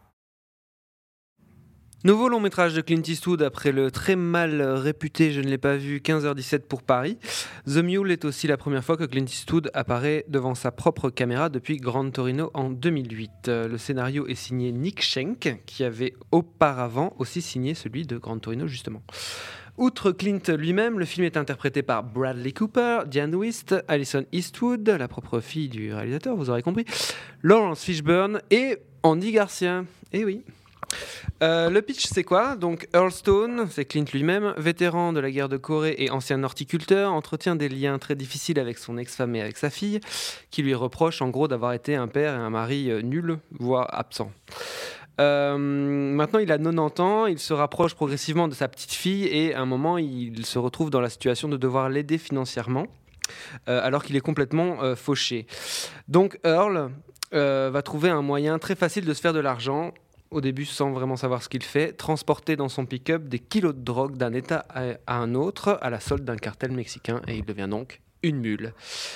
Nouveau long métrage de Clint Eastwood après le très mal réputé, je ne l'ai pas vu, quinze heures dix-sept pour Paris. The Mule est aussi la première fois que Clint Eastwood apparaît devant sa propre caméra depuis Gran Torino en deux mille huit. Le scénario est signé Nick Schenk, qui avait auparavant aussi signé celui de Gran Torino justement. Outre Clint lui-même, le film est interprété par Bradley Cooper, Diane Wiest, Alison Eastwood, la propre fille du réalisateur, vous aurez compris, Lawrence Fishburne et Andy Garcia. Eh oui. Euh, le pitch, c'est quoi ? Donc, Earl Stone, c'est Clint lui-même, vétéran de la guerre de Corée et ancien horticulteur, entretient des liens très difficiles avec son ex-femme et avec sa fille, qui lui reproche en gros d'avoir été un père et un mari euh, nuls, voire absents. Euh, maintenant, il a quatre-vingt-dix ans, il se rapproche progressivement de sa petite fille et à un moment, il se retrouve dans la situation de devoir l'aider financièrement, euh, alors qu'il est complètement euh, fauché. Donc, Earl euh, va trouver un moyen très facile de se faire de l'argent, au début sans vraiment savoir ce qu'il fait, transporter dans son pick-up des kilos de drogue d'un état à un autre à la solde d'un cartel mexicain, et il devient donc une mule.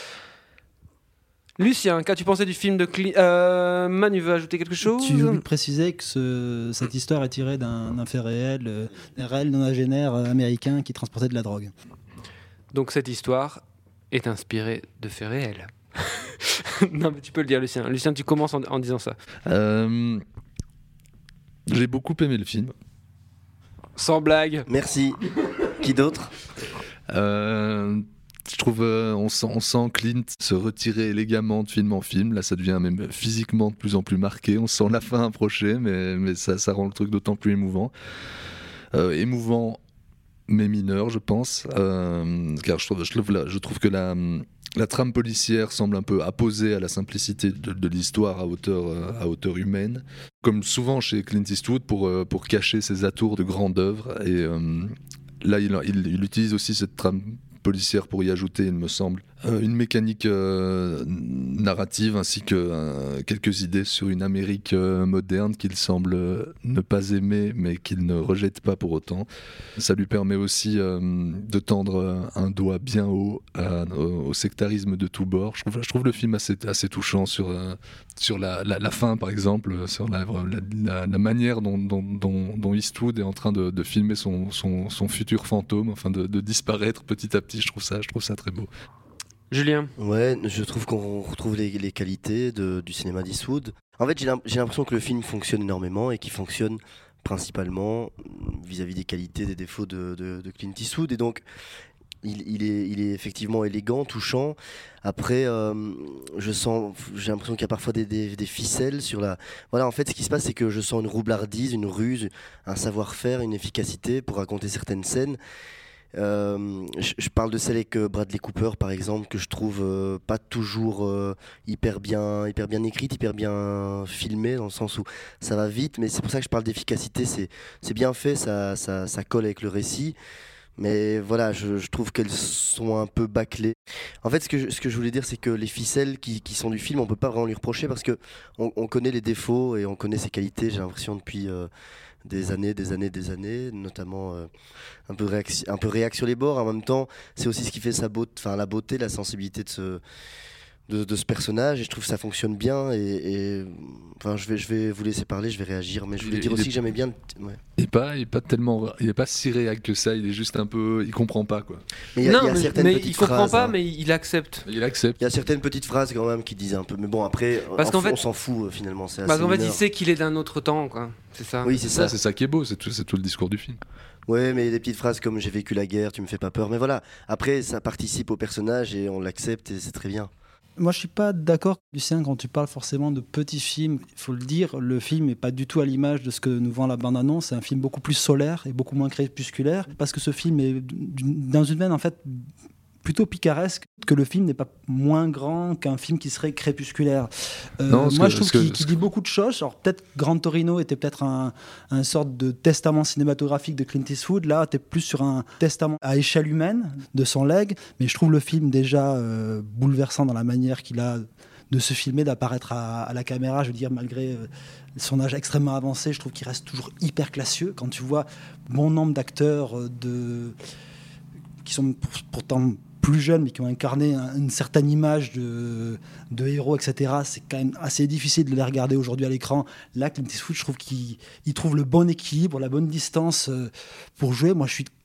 Lucien, qu'as-tu pensé du film de Clint euh, Manu veut ajouter quelque chose ? Tu oublies de préciser que ce, cette histoire est tirée d'un, d'un fait réel, euh, d'un réel nonagénaire euh, américain qui transportait de la drogue. Donc cette histoire est inspirée de faits réels. Non mais tu peux le dire Lucien. Lucien, tu commences en, en disant ça. Euh... J'ai beaucoup aimé le film. Sans blague. Merci. Qui d'autre ? euh, Je trouve euh, on, sent, on sent Clint se retirer élégamment de film en film. Là, ça devient même physiquement de plus en plus marqué. On sent la fin approcher, mais, mais ça, ça rend le truc d'autant plus émouvant. Euh, émouvant, mais mineur, je pense. Euh, car je trouve, je trouve, la, je trouve que la... La trame policière semble un peu apposée à la simplicité de, de l'histoire à hauteur, à hauteur humaine, comme souvent chez Clint Eastwood pour, pour cacher ses atours de grande œuvre. Et euh, là, il, il, il utilise aussi cette trame policière pour y ajouter, il me semble, euh, une mécanique euh, narrative ainsi que euh, quelques idées sur une Amérique euh, moderne qu'il semble euh, ne pas aimer mais qu'il ne rejette pas pour autant. Ça lui permet aussi euh, de tendre un doigt bien haut à, au, au sectarisme de tous bords. Je trouve, je trouve le film assez, assez touchant sur, euh, sur la, la, la fin par exemple, sur la, la, la, la manière dont, dont, dont, dont Eastwood est en train de, de filmer son, son, son futur fantôme, enfin de, de disparaître petit à petit. Je trouve ça, je trouve ça très beau. Julien ? Ouais, je trouve qu'on retrouve les, les qualités de, du cinéma d'Eastwood. En fait, j'ai, j'ai l'impression que le film fonctionne énormément et qu'il fonctionne principalement vis-à-vis des qualités, des défauts de, de, de Clint Eastwood. Et donc, Il, il, est, il est effectivement élégant, touchant. Après, euh, je sens, j'ai l'impression qu'il y a parfois des, des, des ficelles sur la. Voilà, en fait, ce qui se passe, c'est que je sens une roublardise, une ruse, un savoir-faire, une efficacité pour raconter certaines scènes. Euh, je, je parle de celle avec euh, Bradley Cooper, par exemple, que je trouve euh, pas toujours euh, hyper bien, hyper bien écrite, hyper bien filmée, dans le sens où ça va vite. Mais c'est pour ça que je parle d'efficacité. C'est, c'est bien fait, ça, ça, ça colle avec le récit. Mais voilà, je, je trouve qu'elles sont un peu bâclées. En fait, ce que je, ce que je voulais dire, c'est que les ficelles qui, qui sont du film, on peut pas vraiment lui reprocher parce que on, on connaît les défauts et on connaît ses qualités. J'ai l'impression depuis euh, des années, des années, des années, notamment euh, un peu réac- un peu réac sur les bords. En même temps, c'est aussi ce qui fait sa beauté, enfin la beauté, la sensibilité de ce De, de ce personnage, et je trouve que ça fonctionne bien. Et, et enfin, je vais, je vais vous laisser parler, je vais réagir, mais je voulais Il- dire il aussi est- que j'aimais bien. le- Ouais. Il est pas, il est pas tellement, il est pas si réac que ça. Il est juste un peu, il comprend pas quoi. Mais il y a, non, il y a mais, certaines mais petites il comprend phrases, pas, hein. mais il accepte. Il accepte. Il y a certaines petites phrases quand même qui disent un peu, mais bon après, Parce en qu'en fou- fait- on s'en fout euh, finalement. C'est Parce assez qu'en fait, il mineur. sait qu'il est d'un autre temps, quoi. C'est ça. Oui, c'est Ça, ça. c'est ça qui est beau. C'est tout, c'est tout le discours du film. Ouais, mais il y a des petites phrases comme j'ai vécu la guerre, tu me fais pas peur. Mais voilà, après ça participe au personnage et on l'accepte et c'est très bien. Moi, je suis pas d'accord, Lucien, quand tu parles forcément de petits films. Il faut le dire, le film n'est pas du tout à l'image de ce que nous vend la bande-annonce. C'est un film beaucoup plus solaire et beaucoup moins crépusculaire, parce que ce film est d'une- dans une veine en fait plutôt picaresque, que le film n'est pas moins grand qu'un film qui serait crépusculaire. Euh, Non, ce moi, que- je trouve ce que- qu'il ce qu'il que- dit beaucoup de choses. Alors, peut-être Gran Torino était peut-être un, un sorte de testament cinématographique de Clint Eastwood. Là, tu es plus sur un testament à échelle humaine de son legs. Mais je trouve le film déjà euh, bouleversant dans la manière qu'il a de se filmer, d'apparaître à, à la caméra. Je veux dire, malgré euh, son âge extrêmement avancé, je trouve qu'il reste toujours hyper classieux. Quand tu vois bon nombre d'acteurs euh, de... qui sont pour- pourtant plus jeunes, mais qui ont incarné un- une certaine image de, de héros, et cetera. C'est quand même assez difficile de les regarder aujourd'hui à l'écran. Là, Clint Eastwood, je trouve qu'il il trouve le bon équilibre, la bonne distance euh, pour jouer. Moi, je suis...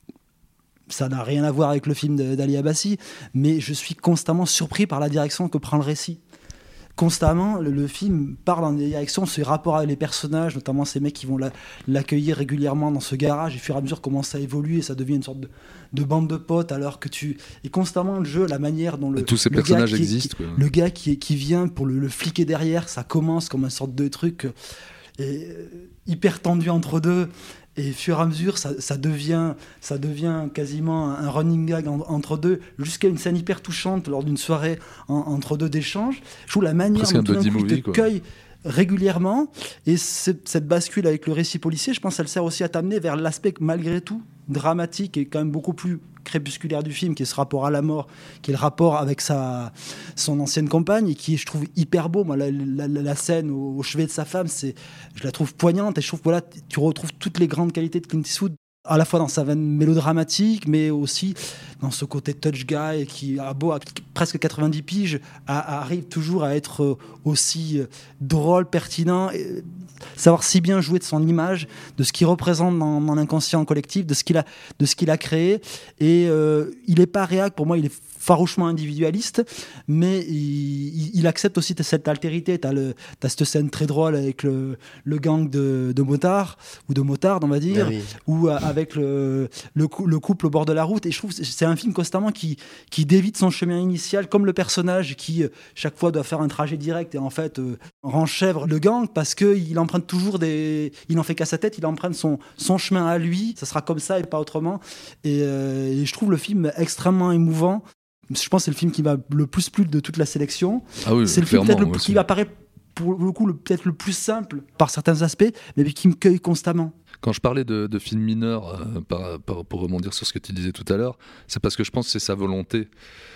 Ça n'a rien à voir avec le film de- d'Ali Abbasi, mais je suis constamment surpris par la direction que prend le récit. Constamment, le, le film part dans des directions, ses rapports avec les personnages, notamment ces mecs qui vont la- l'accueillir régulièrement dans ce garage, et au fur et à mesure comment ça évolue, et ça devient une sorte de, de bande de potes, alors que tu... Et constamment, le jeu, la manière dont le... Tous ces le gars personnages qui est- existent, qui- quoi. Le gars qui, est- qui vient pour le, le fliquer derrière, ça commence comme une sorte de truc euh, et, euh, hyper tendu entre deux. Et au fur et à mesure, ça, ça, devient, ça devient quasiment un running gag en- entre deux, jusqu'à une scène hyper touchante lors d'une soirée en- entre deux d'échanges. Je trouve la manière Presque dont un tout d'un buddy coup, il movie, te quoi. cueille régulièrement. Et cette, cette bascule avec le récit policier, je pense qu'elle sert aussi à t'amener vers l'aspect malgré tout dramatique et quand même beaucoup plus crépusculaire du film, qui est ce rapport à la mort, qui est le rapport avec sa, son ancienne compagne, et qui est, je trouve, hyper beau. Moi, la, la- la- la scène au, au chevet de sa femme, c'est, je la trouve poignante, et je trouve que voilà, tu retrouves toutes les grandes qualités de Clint Eastwood, à la fois dans sa veine mélodramatique, mais aussi dans ce côté touch guy qui a beau à presque quatre-vingt-dix piges, a- arrive toujours à être euh, aussi euh, drôle, pertinent, et savoir si bien jouer de son image, de ce qu'il représente dans, dans l'inconscient collectif, de ce qu'il a, de ce qu'il a créé. Et euh, il n'est pas réac, pour moi, il est farouchement individualiste, mais il, il- il accepte aussi cette altérité. Tu as cette scène très drôle avec le, le gang de, de motards, ou de motards, on va dire, Ah oui. ou euh, avec le, le, cou- le couple au bord de la route. Et je trouve que c'est un film constamment qui, qui dévie de son chemin initial, comme le personnage qui, euh, chaque fois, doit faire un trajet direct et en fait euh, renchèvre le gang, parce qu'il emprunte toujours des... Il n'en fait qu'à sa tête, il emprunte son, son chemin à lui. Ça sera comme ça et pas autrement. Et, euh, et je trouve le film extrêmement émouvant. Je pense que c'est le film qui m'a le plus plu de toute la sélection. Ah oui, c'est le film clairement, peut-être le moi plus- aussi. qui apparaît pour le coup le- peut-être le plus simple par certains aspects, mais qui me cueille constamment. Quand je parlais de, de films mineurs, euh, par- par- pour rebondir sur ce que tu disais tout à l'heure, c'est parce que je pense que c'est sa volonté.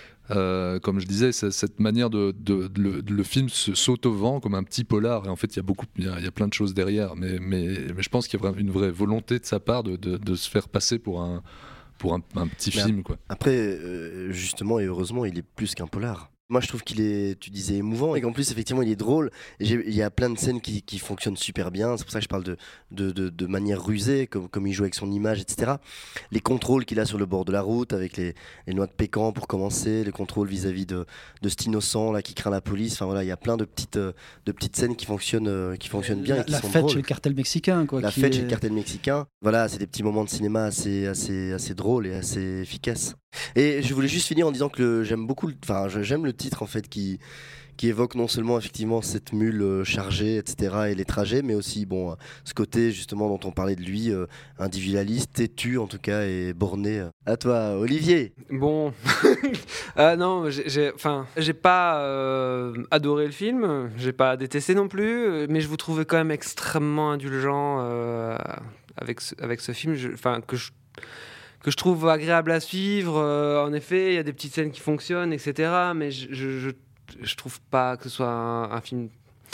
Euh, comme je disais, c'est cette manière de, de, de le, de le film se saute au vent comme un petit polar, et en fait il y a beaucoup, il y a, il y a plein de choses derrière, mais, mais, mais je pense qu'il y a vraiment une vraie volonté de sa part de, de, de se faire passer pour un, pour un, un petit Mais film, quoi. Après, euh, justement et heureusement, il est plus qu'un polar. Moi, je trouve qu'il est, tu disais, émouvant, et qu'en plus, effectivement, il est drôle. Et j'ai- Il y a plein de scènes qui, qui fonctionnent super bien. C'est pour ça que je parle de, de, de, de manière rusée, comme, comme il joue avec son image, et cetera. Les contrôles qu'il a sur le bord de la route, avec les, les noix de pécan pour commencer, les contrôles vis-à-vis de, de cet innocent là, qui craint la police. Enfin voilà, il y a plein de petites, euh, de petites scènes qui fonctionnent, euh, qui fonctionnent bien La, et qui la sont fête drôles. chez le cartel mexicain, quoi. La qui fête est- chez le cartel mexicain. Voilà, c'est des petits moments de cinéma assez, assez, assez drôles et assez efficaces. Et je voulais juste finir en disant que le, j'aime beaucoup, le, enfin j'aime le titre en fait qui qui évoque non seulement effectivement cette mule chargée, et cetera, et les trajets, mais aussi bon ce côté justement dont on parlait de lui, euh, individualiste, têtu en tout cas et borné. À toi, Olivier. Bon, euh, non, j'ai, j'ai, enfin, j'ai pas euh, adoré le film, j'ai pas détesté non plus, mais je vous trouvais quand même extrêmement indulgent euh, avec ce, avec ce film, enfin que je que je trouve agréable à suivre. Euh, en effet, il y a des petites scènes qui fonctionnent, et cetera. Mais je, je, je, je trouve pas que ce soit un, un film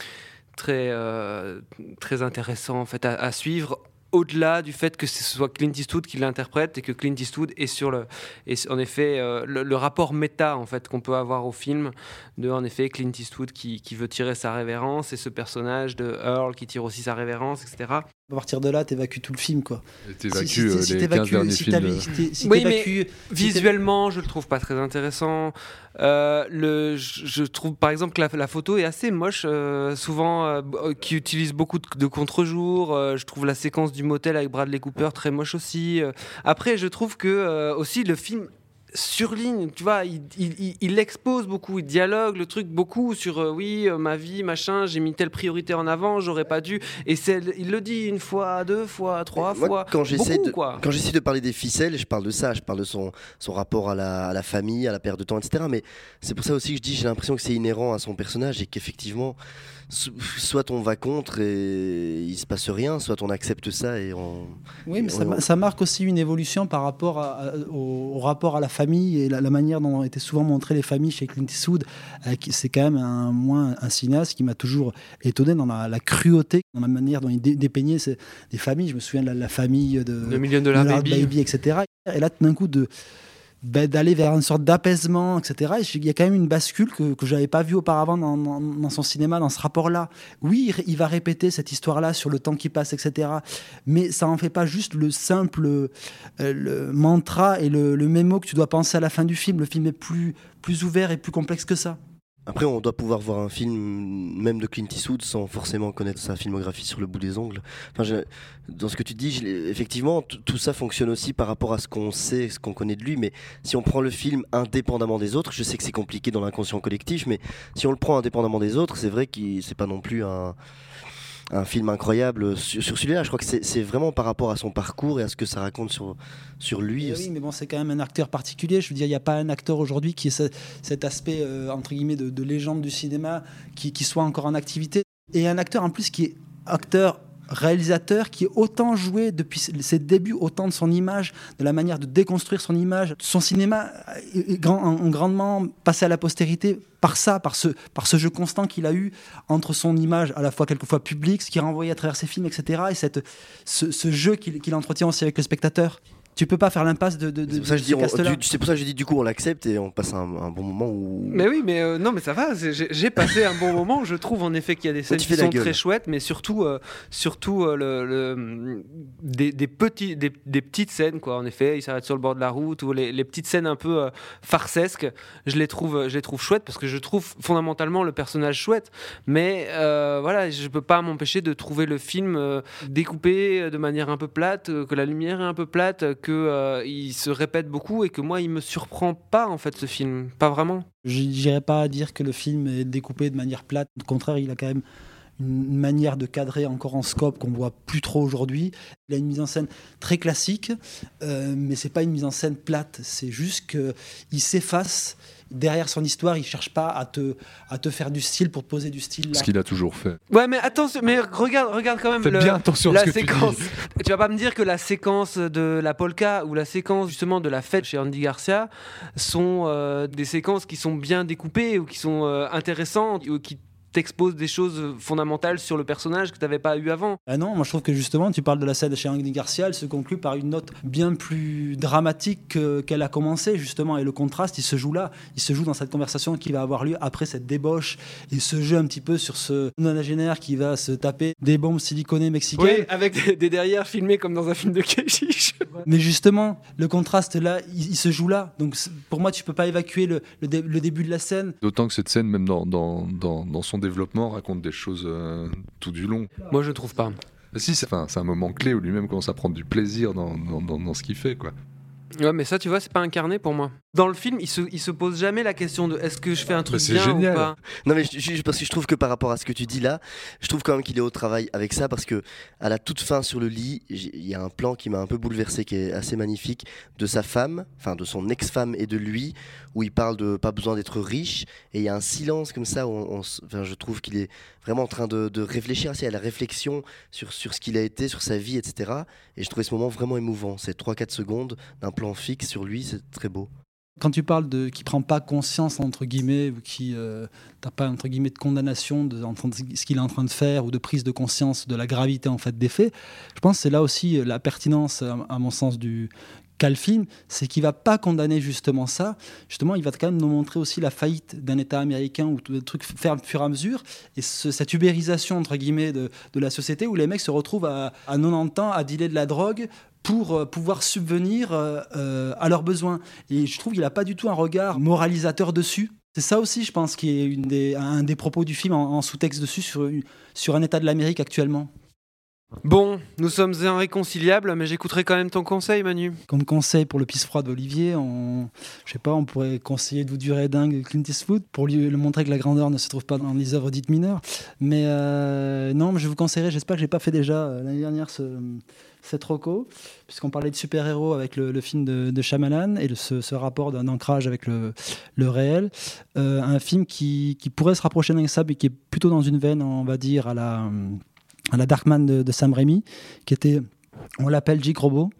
très, euh, très intéressant en fait, à, à suivre. Au-delà du fait que ce soit Clint Eastwood qui l'interprète et que Clint Eastwood est sur le, est en effet euh, le, le rapport méta en fait qu'on peut avoir au film de en effet Clint Eastwood qui, qui veut tirer sa révérence et ce personnage de Earl qui tire aussi sa révérence, et cetera. À partir de là, t'évacues tout le film, quoi. Et t'évacues si, si, euh, si les t'évacues, quinze derniers si films. De... Si si oui, mais si visuellement, je le trouve pas très intéressant. Euh, le, je, je trouve par exemple que la, la photo est assez moche, euh, souvent euh, qui utilise beaucoup de, de contre-jour. Euh, je trouve la séquence du motel avec Bradley Cooper très moche aussi. Euh, après, je trouve que euh, aussi le film surligne, tu vois, il, il, il expose beaucoup, il dialogue le truc beaucoup sur euh, oui, euh, ma vie, machin, j'ai mis telle priorité en avant, j'aurais pas dû. Et c'est, il le dit une fois, deux fois, trois moi, fois. Quand j'essaie, beaucoup, de, quoi. quand j'essaie de parler des ficelles, je parle de ça, je parle de son, son rapport à la, à la famille, à la perte de temps, et cetera. Mais c'est pour ça aussi que je dis, j'ai l'impression que c'est inhérent à son personnage et qu'effectivement, soit on va contre et il se passe rien, soit on accepte ça et on. Oui, mais et ça, on... ça marque aussi une évolution par rapport à, à, au, au rapport à la famille et la, la manière dont ont été souvent montrées les familles chez Clint Eastwood. Euh, c'est quand même un, moins un cinéaste qui m'a toujours étonné dans la, la cruauté, dans la manière dont il dé, dépeignait ces, des familles. Je me souviens de la, la famille de Le Million Dollar Baby. Baby, et cetera. Et là, tout d'un coup, de Ben, d'aller vers une sorte d'apaisement, et cetera. Et il y a quand même une bascule que, que je n'avais pas vue auparavant dans, dans, dans son cinéma, dans ce rapport-là. Oui, il, il va répéter cette histoire-là sur le temps qui passe, et cetera. Mais ça n'en fait pas juste le simple euh, le mantra et le, le mémo que tu dois penser à la fin du film. Le film est plus, plus ouvert et plus complexe que ça. Après, on doit pouvoir voir un film, même de Clint Eastwood, sans forcément connaître sa filmographie sur le bout des ongles. Enfin, je, dans ce que tu dis, je, effectivement, t- tout ça fonctionne aussi par rapport à ce qu'on sait, ce qu'on connaît de lui. Mais si on prend le film indépendamment des autres, je sais que c'est compliqué dans l'inconscient collectif, mais si on le prend indépendamment des autres, c'est vrai que c'est pas non plus un... un film incroyable sur, sur celui-là. Je crois que c'est, c'est vraiment par rapport à son parcours et à ce que ça raconte sur, sur lui. Oui, mais bon, c'est quand même un acteur particulier. Je veux dire, il n'y a pas un acteur aujourd'hui qui ait ce, cet aspect, euh, entre guillemets, de, de légende du cinéma qui, qui soit encore en activité. Et un acteur en plus qui est acteur réalisateur qui est autant joué depuis ses débuts, autant de son image, de la manière de déconstruire son image. Son cinéma est grand, en, grandement passé à la postérité par ça, par ce, par ce jeu constant qu'il a eu entre son image, à la fois quelquefois publique, ce qu'il renvoyait à travers ses films, et cetera, et cette, ce, ce jeu qu'il, qu'il entretient aussi avec le spectateur. Tu peux pas faire l'impasse de, de, de c'est, pour ça de je dis, on, ce du, c'est pour ça que je dis du coup on l'accepte et on passe un, un bon moment où... Mais oui, mais euh, non, mais ça va. J'ai, j'ai passé un bon moment. Je trouve en effet qu'il y a des scènes qui sont très chouettes, mais surtout, euh, surtout euh, le, le, des, des, petits, des, des petites scènes, quoi. En effet, il s'arrête sur le bord de la route ou les, les petites scènes un peu euh, farcesques. Je les trouve, je les trouve chouettes parce que je trouve fondamentalement le personnage chouette. Mais euh, voilà, je peux pas m'empêcher de trouver le film euh, découpé de manière un peu plate, euh, que la lumière est un peu plate, que euh, il se répète beaucoup et que moi il me surprend pas en fait ce film, pas vraiment. Je n'irais pas dire que le film est découpé de manière plate, au contraire il a quand même une manière de cadrer encore en scope qu'on voit plus trop aujourd'hui. Il a une mise en scène très classique, euh, mais c'est pas une mise en scène plate, c'est juste qu'il s'efface derrière son histoire, il cherche pas à te, à te faire du style pour te poser du style. Là. Ce qu'il a toujours fait. Ouais, mais attention, mais regarde, regarde quand même. Faites le, bien attention la à ce que séquence. tu dis. Tu vas pas me dire que la séquence de la polka ou la séquence justement de la fête chez Andy Garcia sont euh, des séquences qui sont bien découpées ou qui sont euh, intéressantes ou qui t'expose des choses fondamentales sur le personnage que tu n'avais pas eu avant. Ah non, moi je trouve que justement, tu parles de la scène chez Andy Garcia, elle se conclut par une note bien plus dramatique que, qu'elle a commencé, justement, et le contraste, il se joue là, il se joue dans cette conversation qui va avoir lieu après cette débauche, et ce jeu un petit peu sur ce nonagénaire qui va se taper des bombes siliconées mexicaines. Oui, avec des, des derrières filmés comme dans un film de Keshish. Mais justement, le contraste là, il, il se joue là, donc pour moi, tu peux pas évacuer le, le, dé, le début de la scène. D'autant que cette scène, même dans, dans, dans, dans son développement, raconte des choses euh, tout du long. Moi, je trouve pas. Si, c'est, enfin, c'est un moment clé où lui-même commence à prendre du plaisir dans, dans, dans, dans ce qu'il fait, quoi. Ouais, mais ça, tu vois, c'est pas incarné pour moi. Dans le film, il se, il se pose jamais la question de est-ce que je fais un truc c'est bien génial. ou pas. Non mais je, je- parce que je trouve que par rapport à ce que tu dis là, je trouve quand même qu'il est au travail avec ça parce que à la toute fin sur le lit, j'ai- il y a un plan qui m'a un peu bouleversé, qui est assez magnifique, de sa femme, enfin de son ex-femme et de lui, où il parle de pas besoin d'être riche et il y a un silence comme ça où on, on s- enfin, je trouve qu'il est vraiment en train de, de réfléchir aussi à la réflexion sur, sur ce qu'il a été, sur sa vie, et cetera. Et je trouvais ce moment vraiment émouvant. C'est trois quatre secondes d'un plan fixe sur lui, c'est très beau. Quand tu parles de qui prend pas conscience entre guillemets ou qui euh, t'as pas entre guillemets de condamnation de, en train de ce qu'il est en train de faire ou de prise de conscience de la gravité en fait des faits, je pense que c'est là aussi la pertinence à, à mon sens du qu'a le film, c'est qu'il va pas condamner justement ça. Justement, il va quand même nous montrer aussi la faillite d'un État américain où tout le truc fait au fur et à mesure et ce, cette ubérisation entre guillemets de, de la société où les mecs se retrouvent à, à quatre-vingt-dix ans à dealer de la drogue pour euh, pouvoir subvenir euh, euh, à leurs besoins. Et je trouve qu'il n'a pas du tout un regard moralisateur dessus. C'est ça aussi, je pense, qui est une des, un des propos du film en, en sous-texte dessus sur, sur un état de l'Amérique actuellement. Bon, nous sommes irréconciliables, mais j'écouterai quand même ton conseil, Manu. Comme conseil pour le pisse froid d'Olivier, on, je sais pas, on pourrait conseiller de vous durer dingue de Clint Eastwood pour lui, lui montrer que la grandeur ne se trouve pas dans les œuvres dites mineures. Mais euh, non, mais je vous conseillerais, j'espère que j'ai pas fait déjà euh, l'année dernière ce, cette reco, puisqu'on parlait de super-héros avec le, le film de, de Shyamalan et le, ce, ce rapport d'un ancrage avec le, le réel. Euh, un film qui, qui pourrait se rapprocher d'un ça, mais qui est plutôt dans une veine, on va dire, à la... à la Darkman de, de Sam Raimi, qui était, on l'appelle Jake Robot,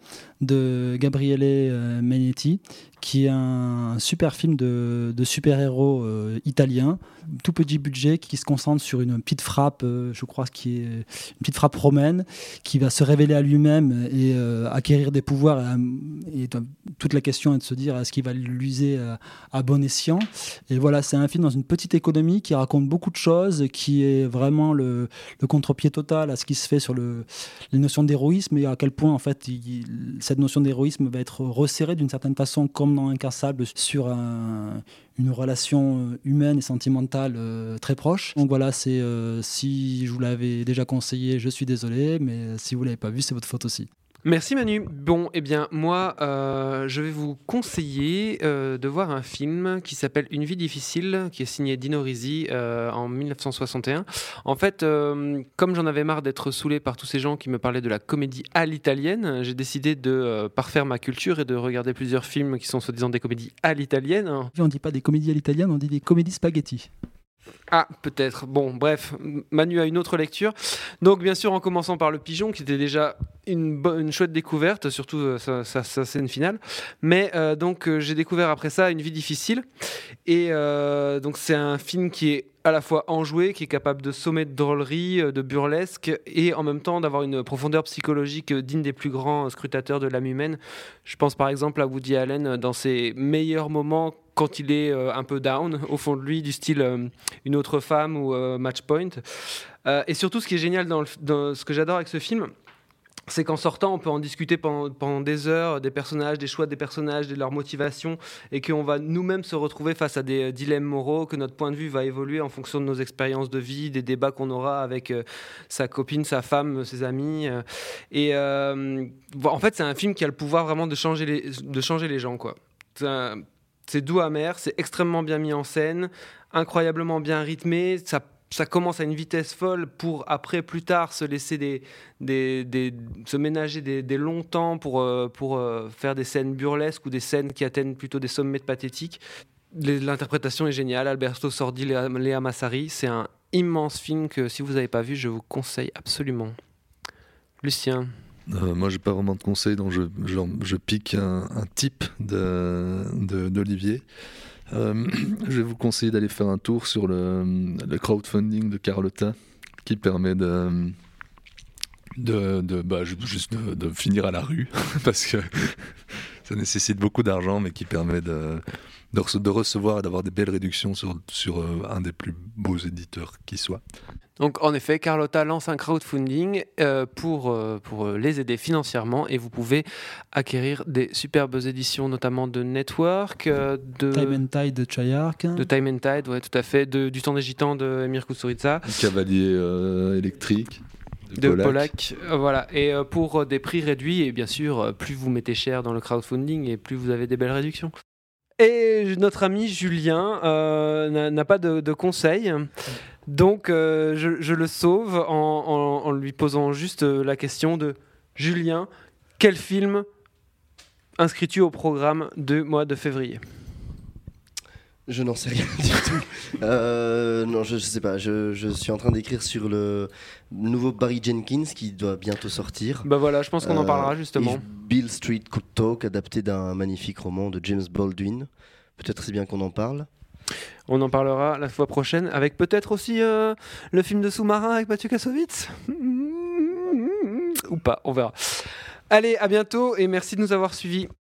de Gabriele euh, Megnetti, qui est un super film de, de super-héros euh, italien, tout petit budget, qui se concentre sur une petite frappe, euh, je crois, qui est une petite frappe romaine, qui va se révéler à lui-même et euh, acquérir des pouvoirs. Et, et toute la question est de se dire, est-ce qu'il va l'user à, à bon escient ? Et voilà, c'est un film dans une petite économie qui raconte beaucoup de choses, qui est vraiment le, le contre-pied total à ce qui se fait sur le, les notions d'héroïsme et à quel point, en fait, il, cette notion d'héroïsme va être resserrée d'une certaine façon, comme dans Incassable, sur un, une relation humaine et sentimentale euh, très proche. Donc voilà, c'est, euh, si je vous l'avais déjà conseillé, je suis désolé, mais si vous ne l'avez pas vu, c'est votre faute aussi. Merci Manu. Bon, eh bien moi, euh, je vais vous conseiller euh, de voir un film qui s'appelle Une vie difficile, qui est signé Dino Risi euh, en dix-neuf cent soixante et un. En fait, euh, comme j'en avais marre d'être saoulé par tous ces gens qui me parlaient de la comédie à l'italienne, j'ai décidé de euh, parfaire ma culture et de regarder plusieurs films qui sont soi-disant des comédies à l'italienne. On ne dit pas des comédies à l'italienne, on dit des comédies spaghetti. Ah, peut-être. Bon, bref, Manu a une autre lecture. Donc, bien sûr, en commençant par Le Pigeon, qui était déjà une, bo- une chouette découverte, surtout euh, sa, sa- sa scène finale. Mais euh, donc, euh, j'ai découvert après ça Une vie difficile. Et euh, donc, c'est un film qui est à la fois enjoué, qui est capable de sommer de drôlerie, euh, de burlesque, et en même temps d'avoir une profondeur psychologique euh, digne des plus grands scrutateurs de l'âme humaine. Je pense par exemple à Woody Allen euh, dans ses meilleurs moments, quand il est euh, un peu down au fond de lui, du style euh, Une autre femme ou euh, Match Point. Euh, et surtout, ce qui est génial dans, le, dans ce que j'adore avec ce film, c'est qu'en sortant, on peut en discuter pendant, pendant des heures, des personnages, des choix des personnages, de leurs motivations, et qu'on va nous-mêmes se retrouver face à des euh, dilemmes moraux, que notre point de vue va évoluer en fonction de nos expériences de vie, des débats qu'on aura avec euh, sa copine, sa femme, ses amis. Euh, et euh, en fait, c'est un film qui a le pouvoir vraiment de changer les, de changer les gens, quoi. C'est un, C'est doux amer, c'est extrêmement bien mis en scène, incroyablement bien rythmé, ça, ça commence à une vitesse folle pour après, plus tard, se laisser des, des, des, se ménager des, des longs temps pour, euh, pour euh, faire des scènes burlesques ou des scènes qui atteignent plutôt des sommets de pathétique. Les, l'interprétation est géniale, Alberto Sordi, Léa, Léa Massari, c'est un immense film que si vous n'avez pas vu, je vous conseille absolument. Lucien. Euh, moi, j'ai pas vraiment de conseils, donc je, genre, je pique un, un type de, de, d'Olivier. Euh, je vais vous conseiller d'aller faire un tour sur le, le crowdfunding de Carlotta, qui permet de, de, de, bah, juste de, de finir à la rue, parce que ça nécessite beaucoup d'argent, mais qui permet de, de, rece- de recevoir et d'avoir des belles réductions sur, sur euh, un des plus beaux éditeurs qui soit. Donc en effet, Carlotta lance un crowdfunding euh, pour, euh, pour les aider financièrement et vous pouvez acquérir des superbes éditions, notamment de Network, euh, de Time and Tide de Chayark. De Time and Tide, ouais, tout à fait, de, du Temps des Gitans de Emir Kusturica. Cavalier euh, électrique. de, de Pollack. Euh, voilà. Et euh, pour euh, des prix réduits, et bien sûr, euh, plus vous mettez cher dans le crowdfunding et plus vous avez des belles réductions. Et notre ami Julien euh, n'a, n'a pas de, de conseils. Donc, euh, je, je le sauve en, en, en lui posant juste la question de Julien, quel film inscris-tu au programme du mois de février ? Je n'en sais rien du tout. Euh, non, je ne sais pas. Je, je suis en train d'écrire sur le nouveau Barry Jenkins qui doit bientôt sortir. Bah voilà, je pense qu'on euh, en parlera justement. If Beale Street Could Talk, adapté d'un magnifique roman de James Baldwin. Peut-être c'est bien qu'on en parle. On en parlera la fois prochaine avec peut-être aussi euh, le film de sous-marin avec Mathieu Kassovitz. Ou pas, on verra. Allez, à bientôt et merci de nous avoir suivis.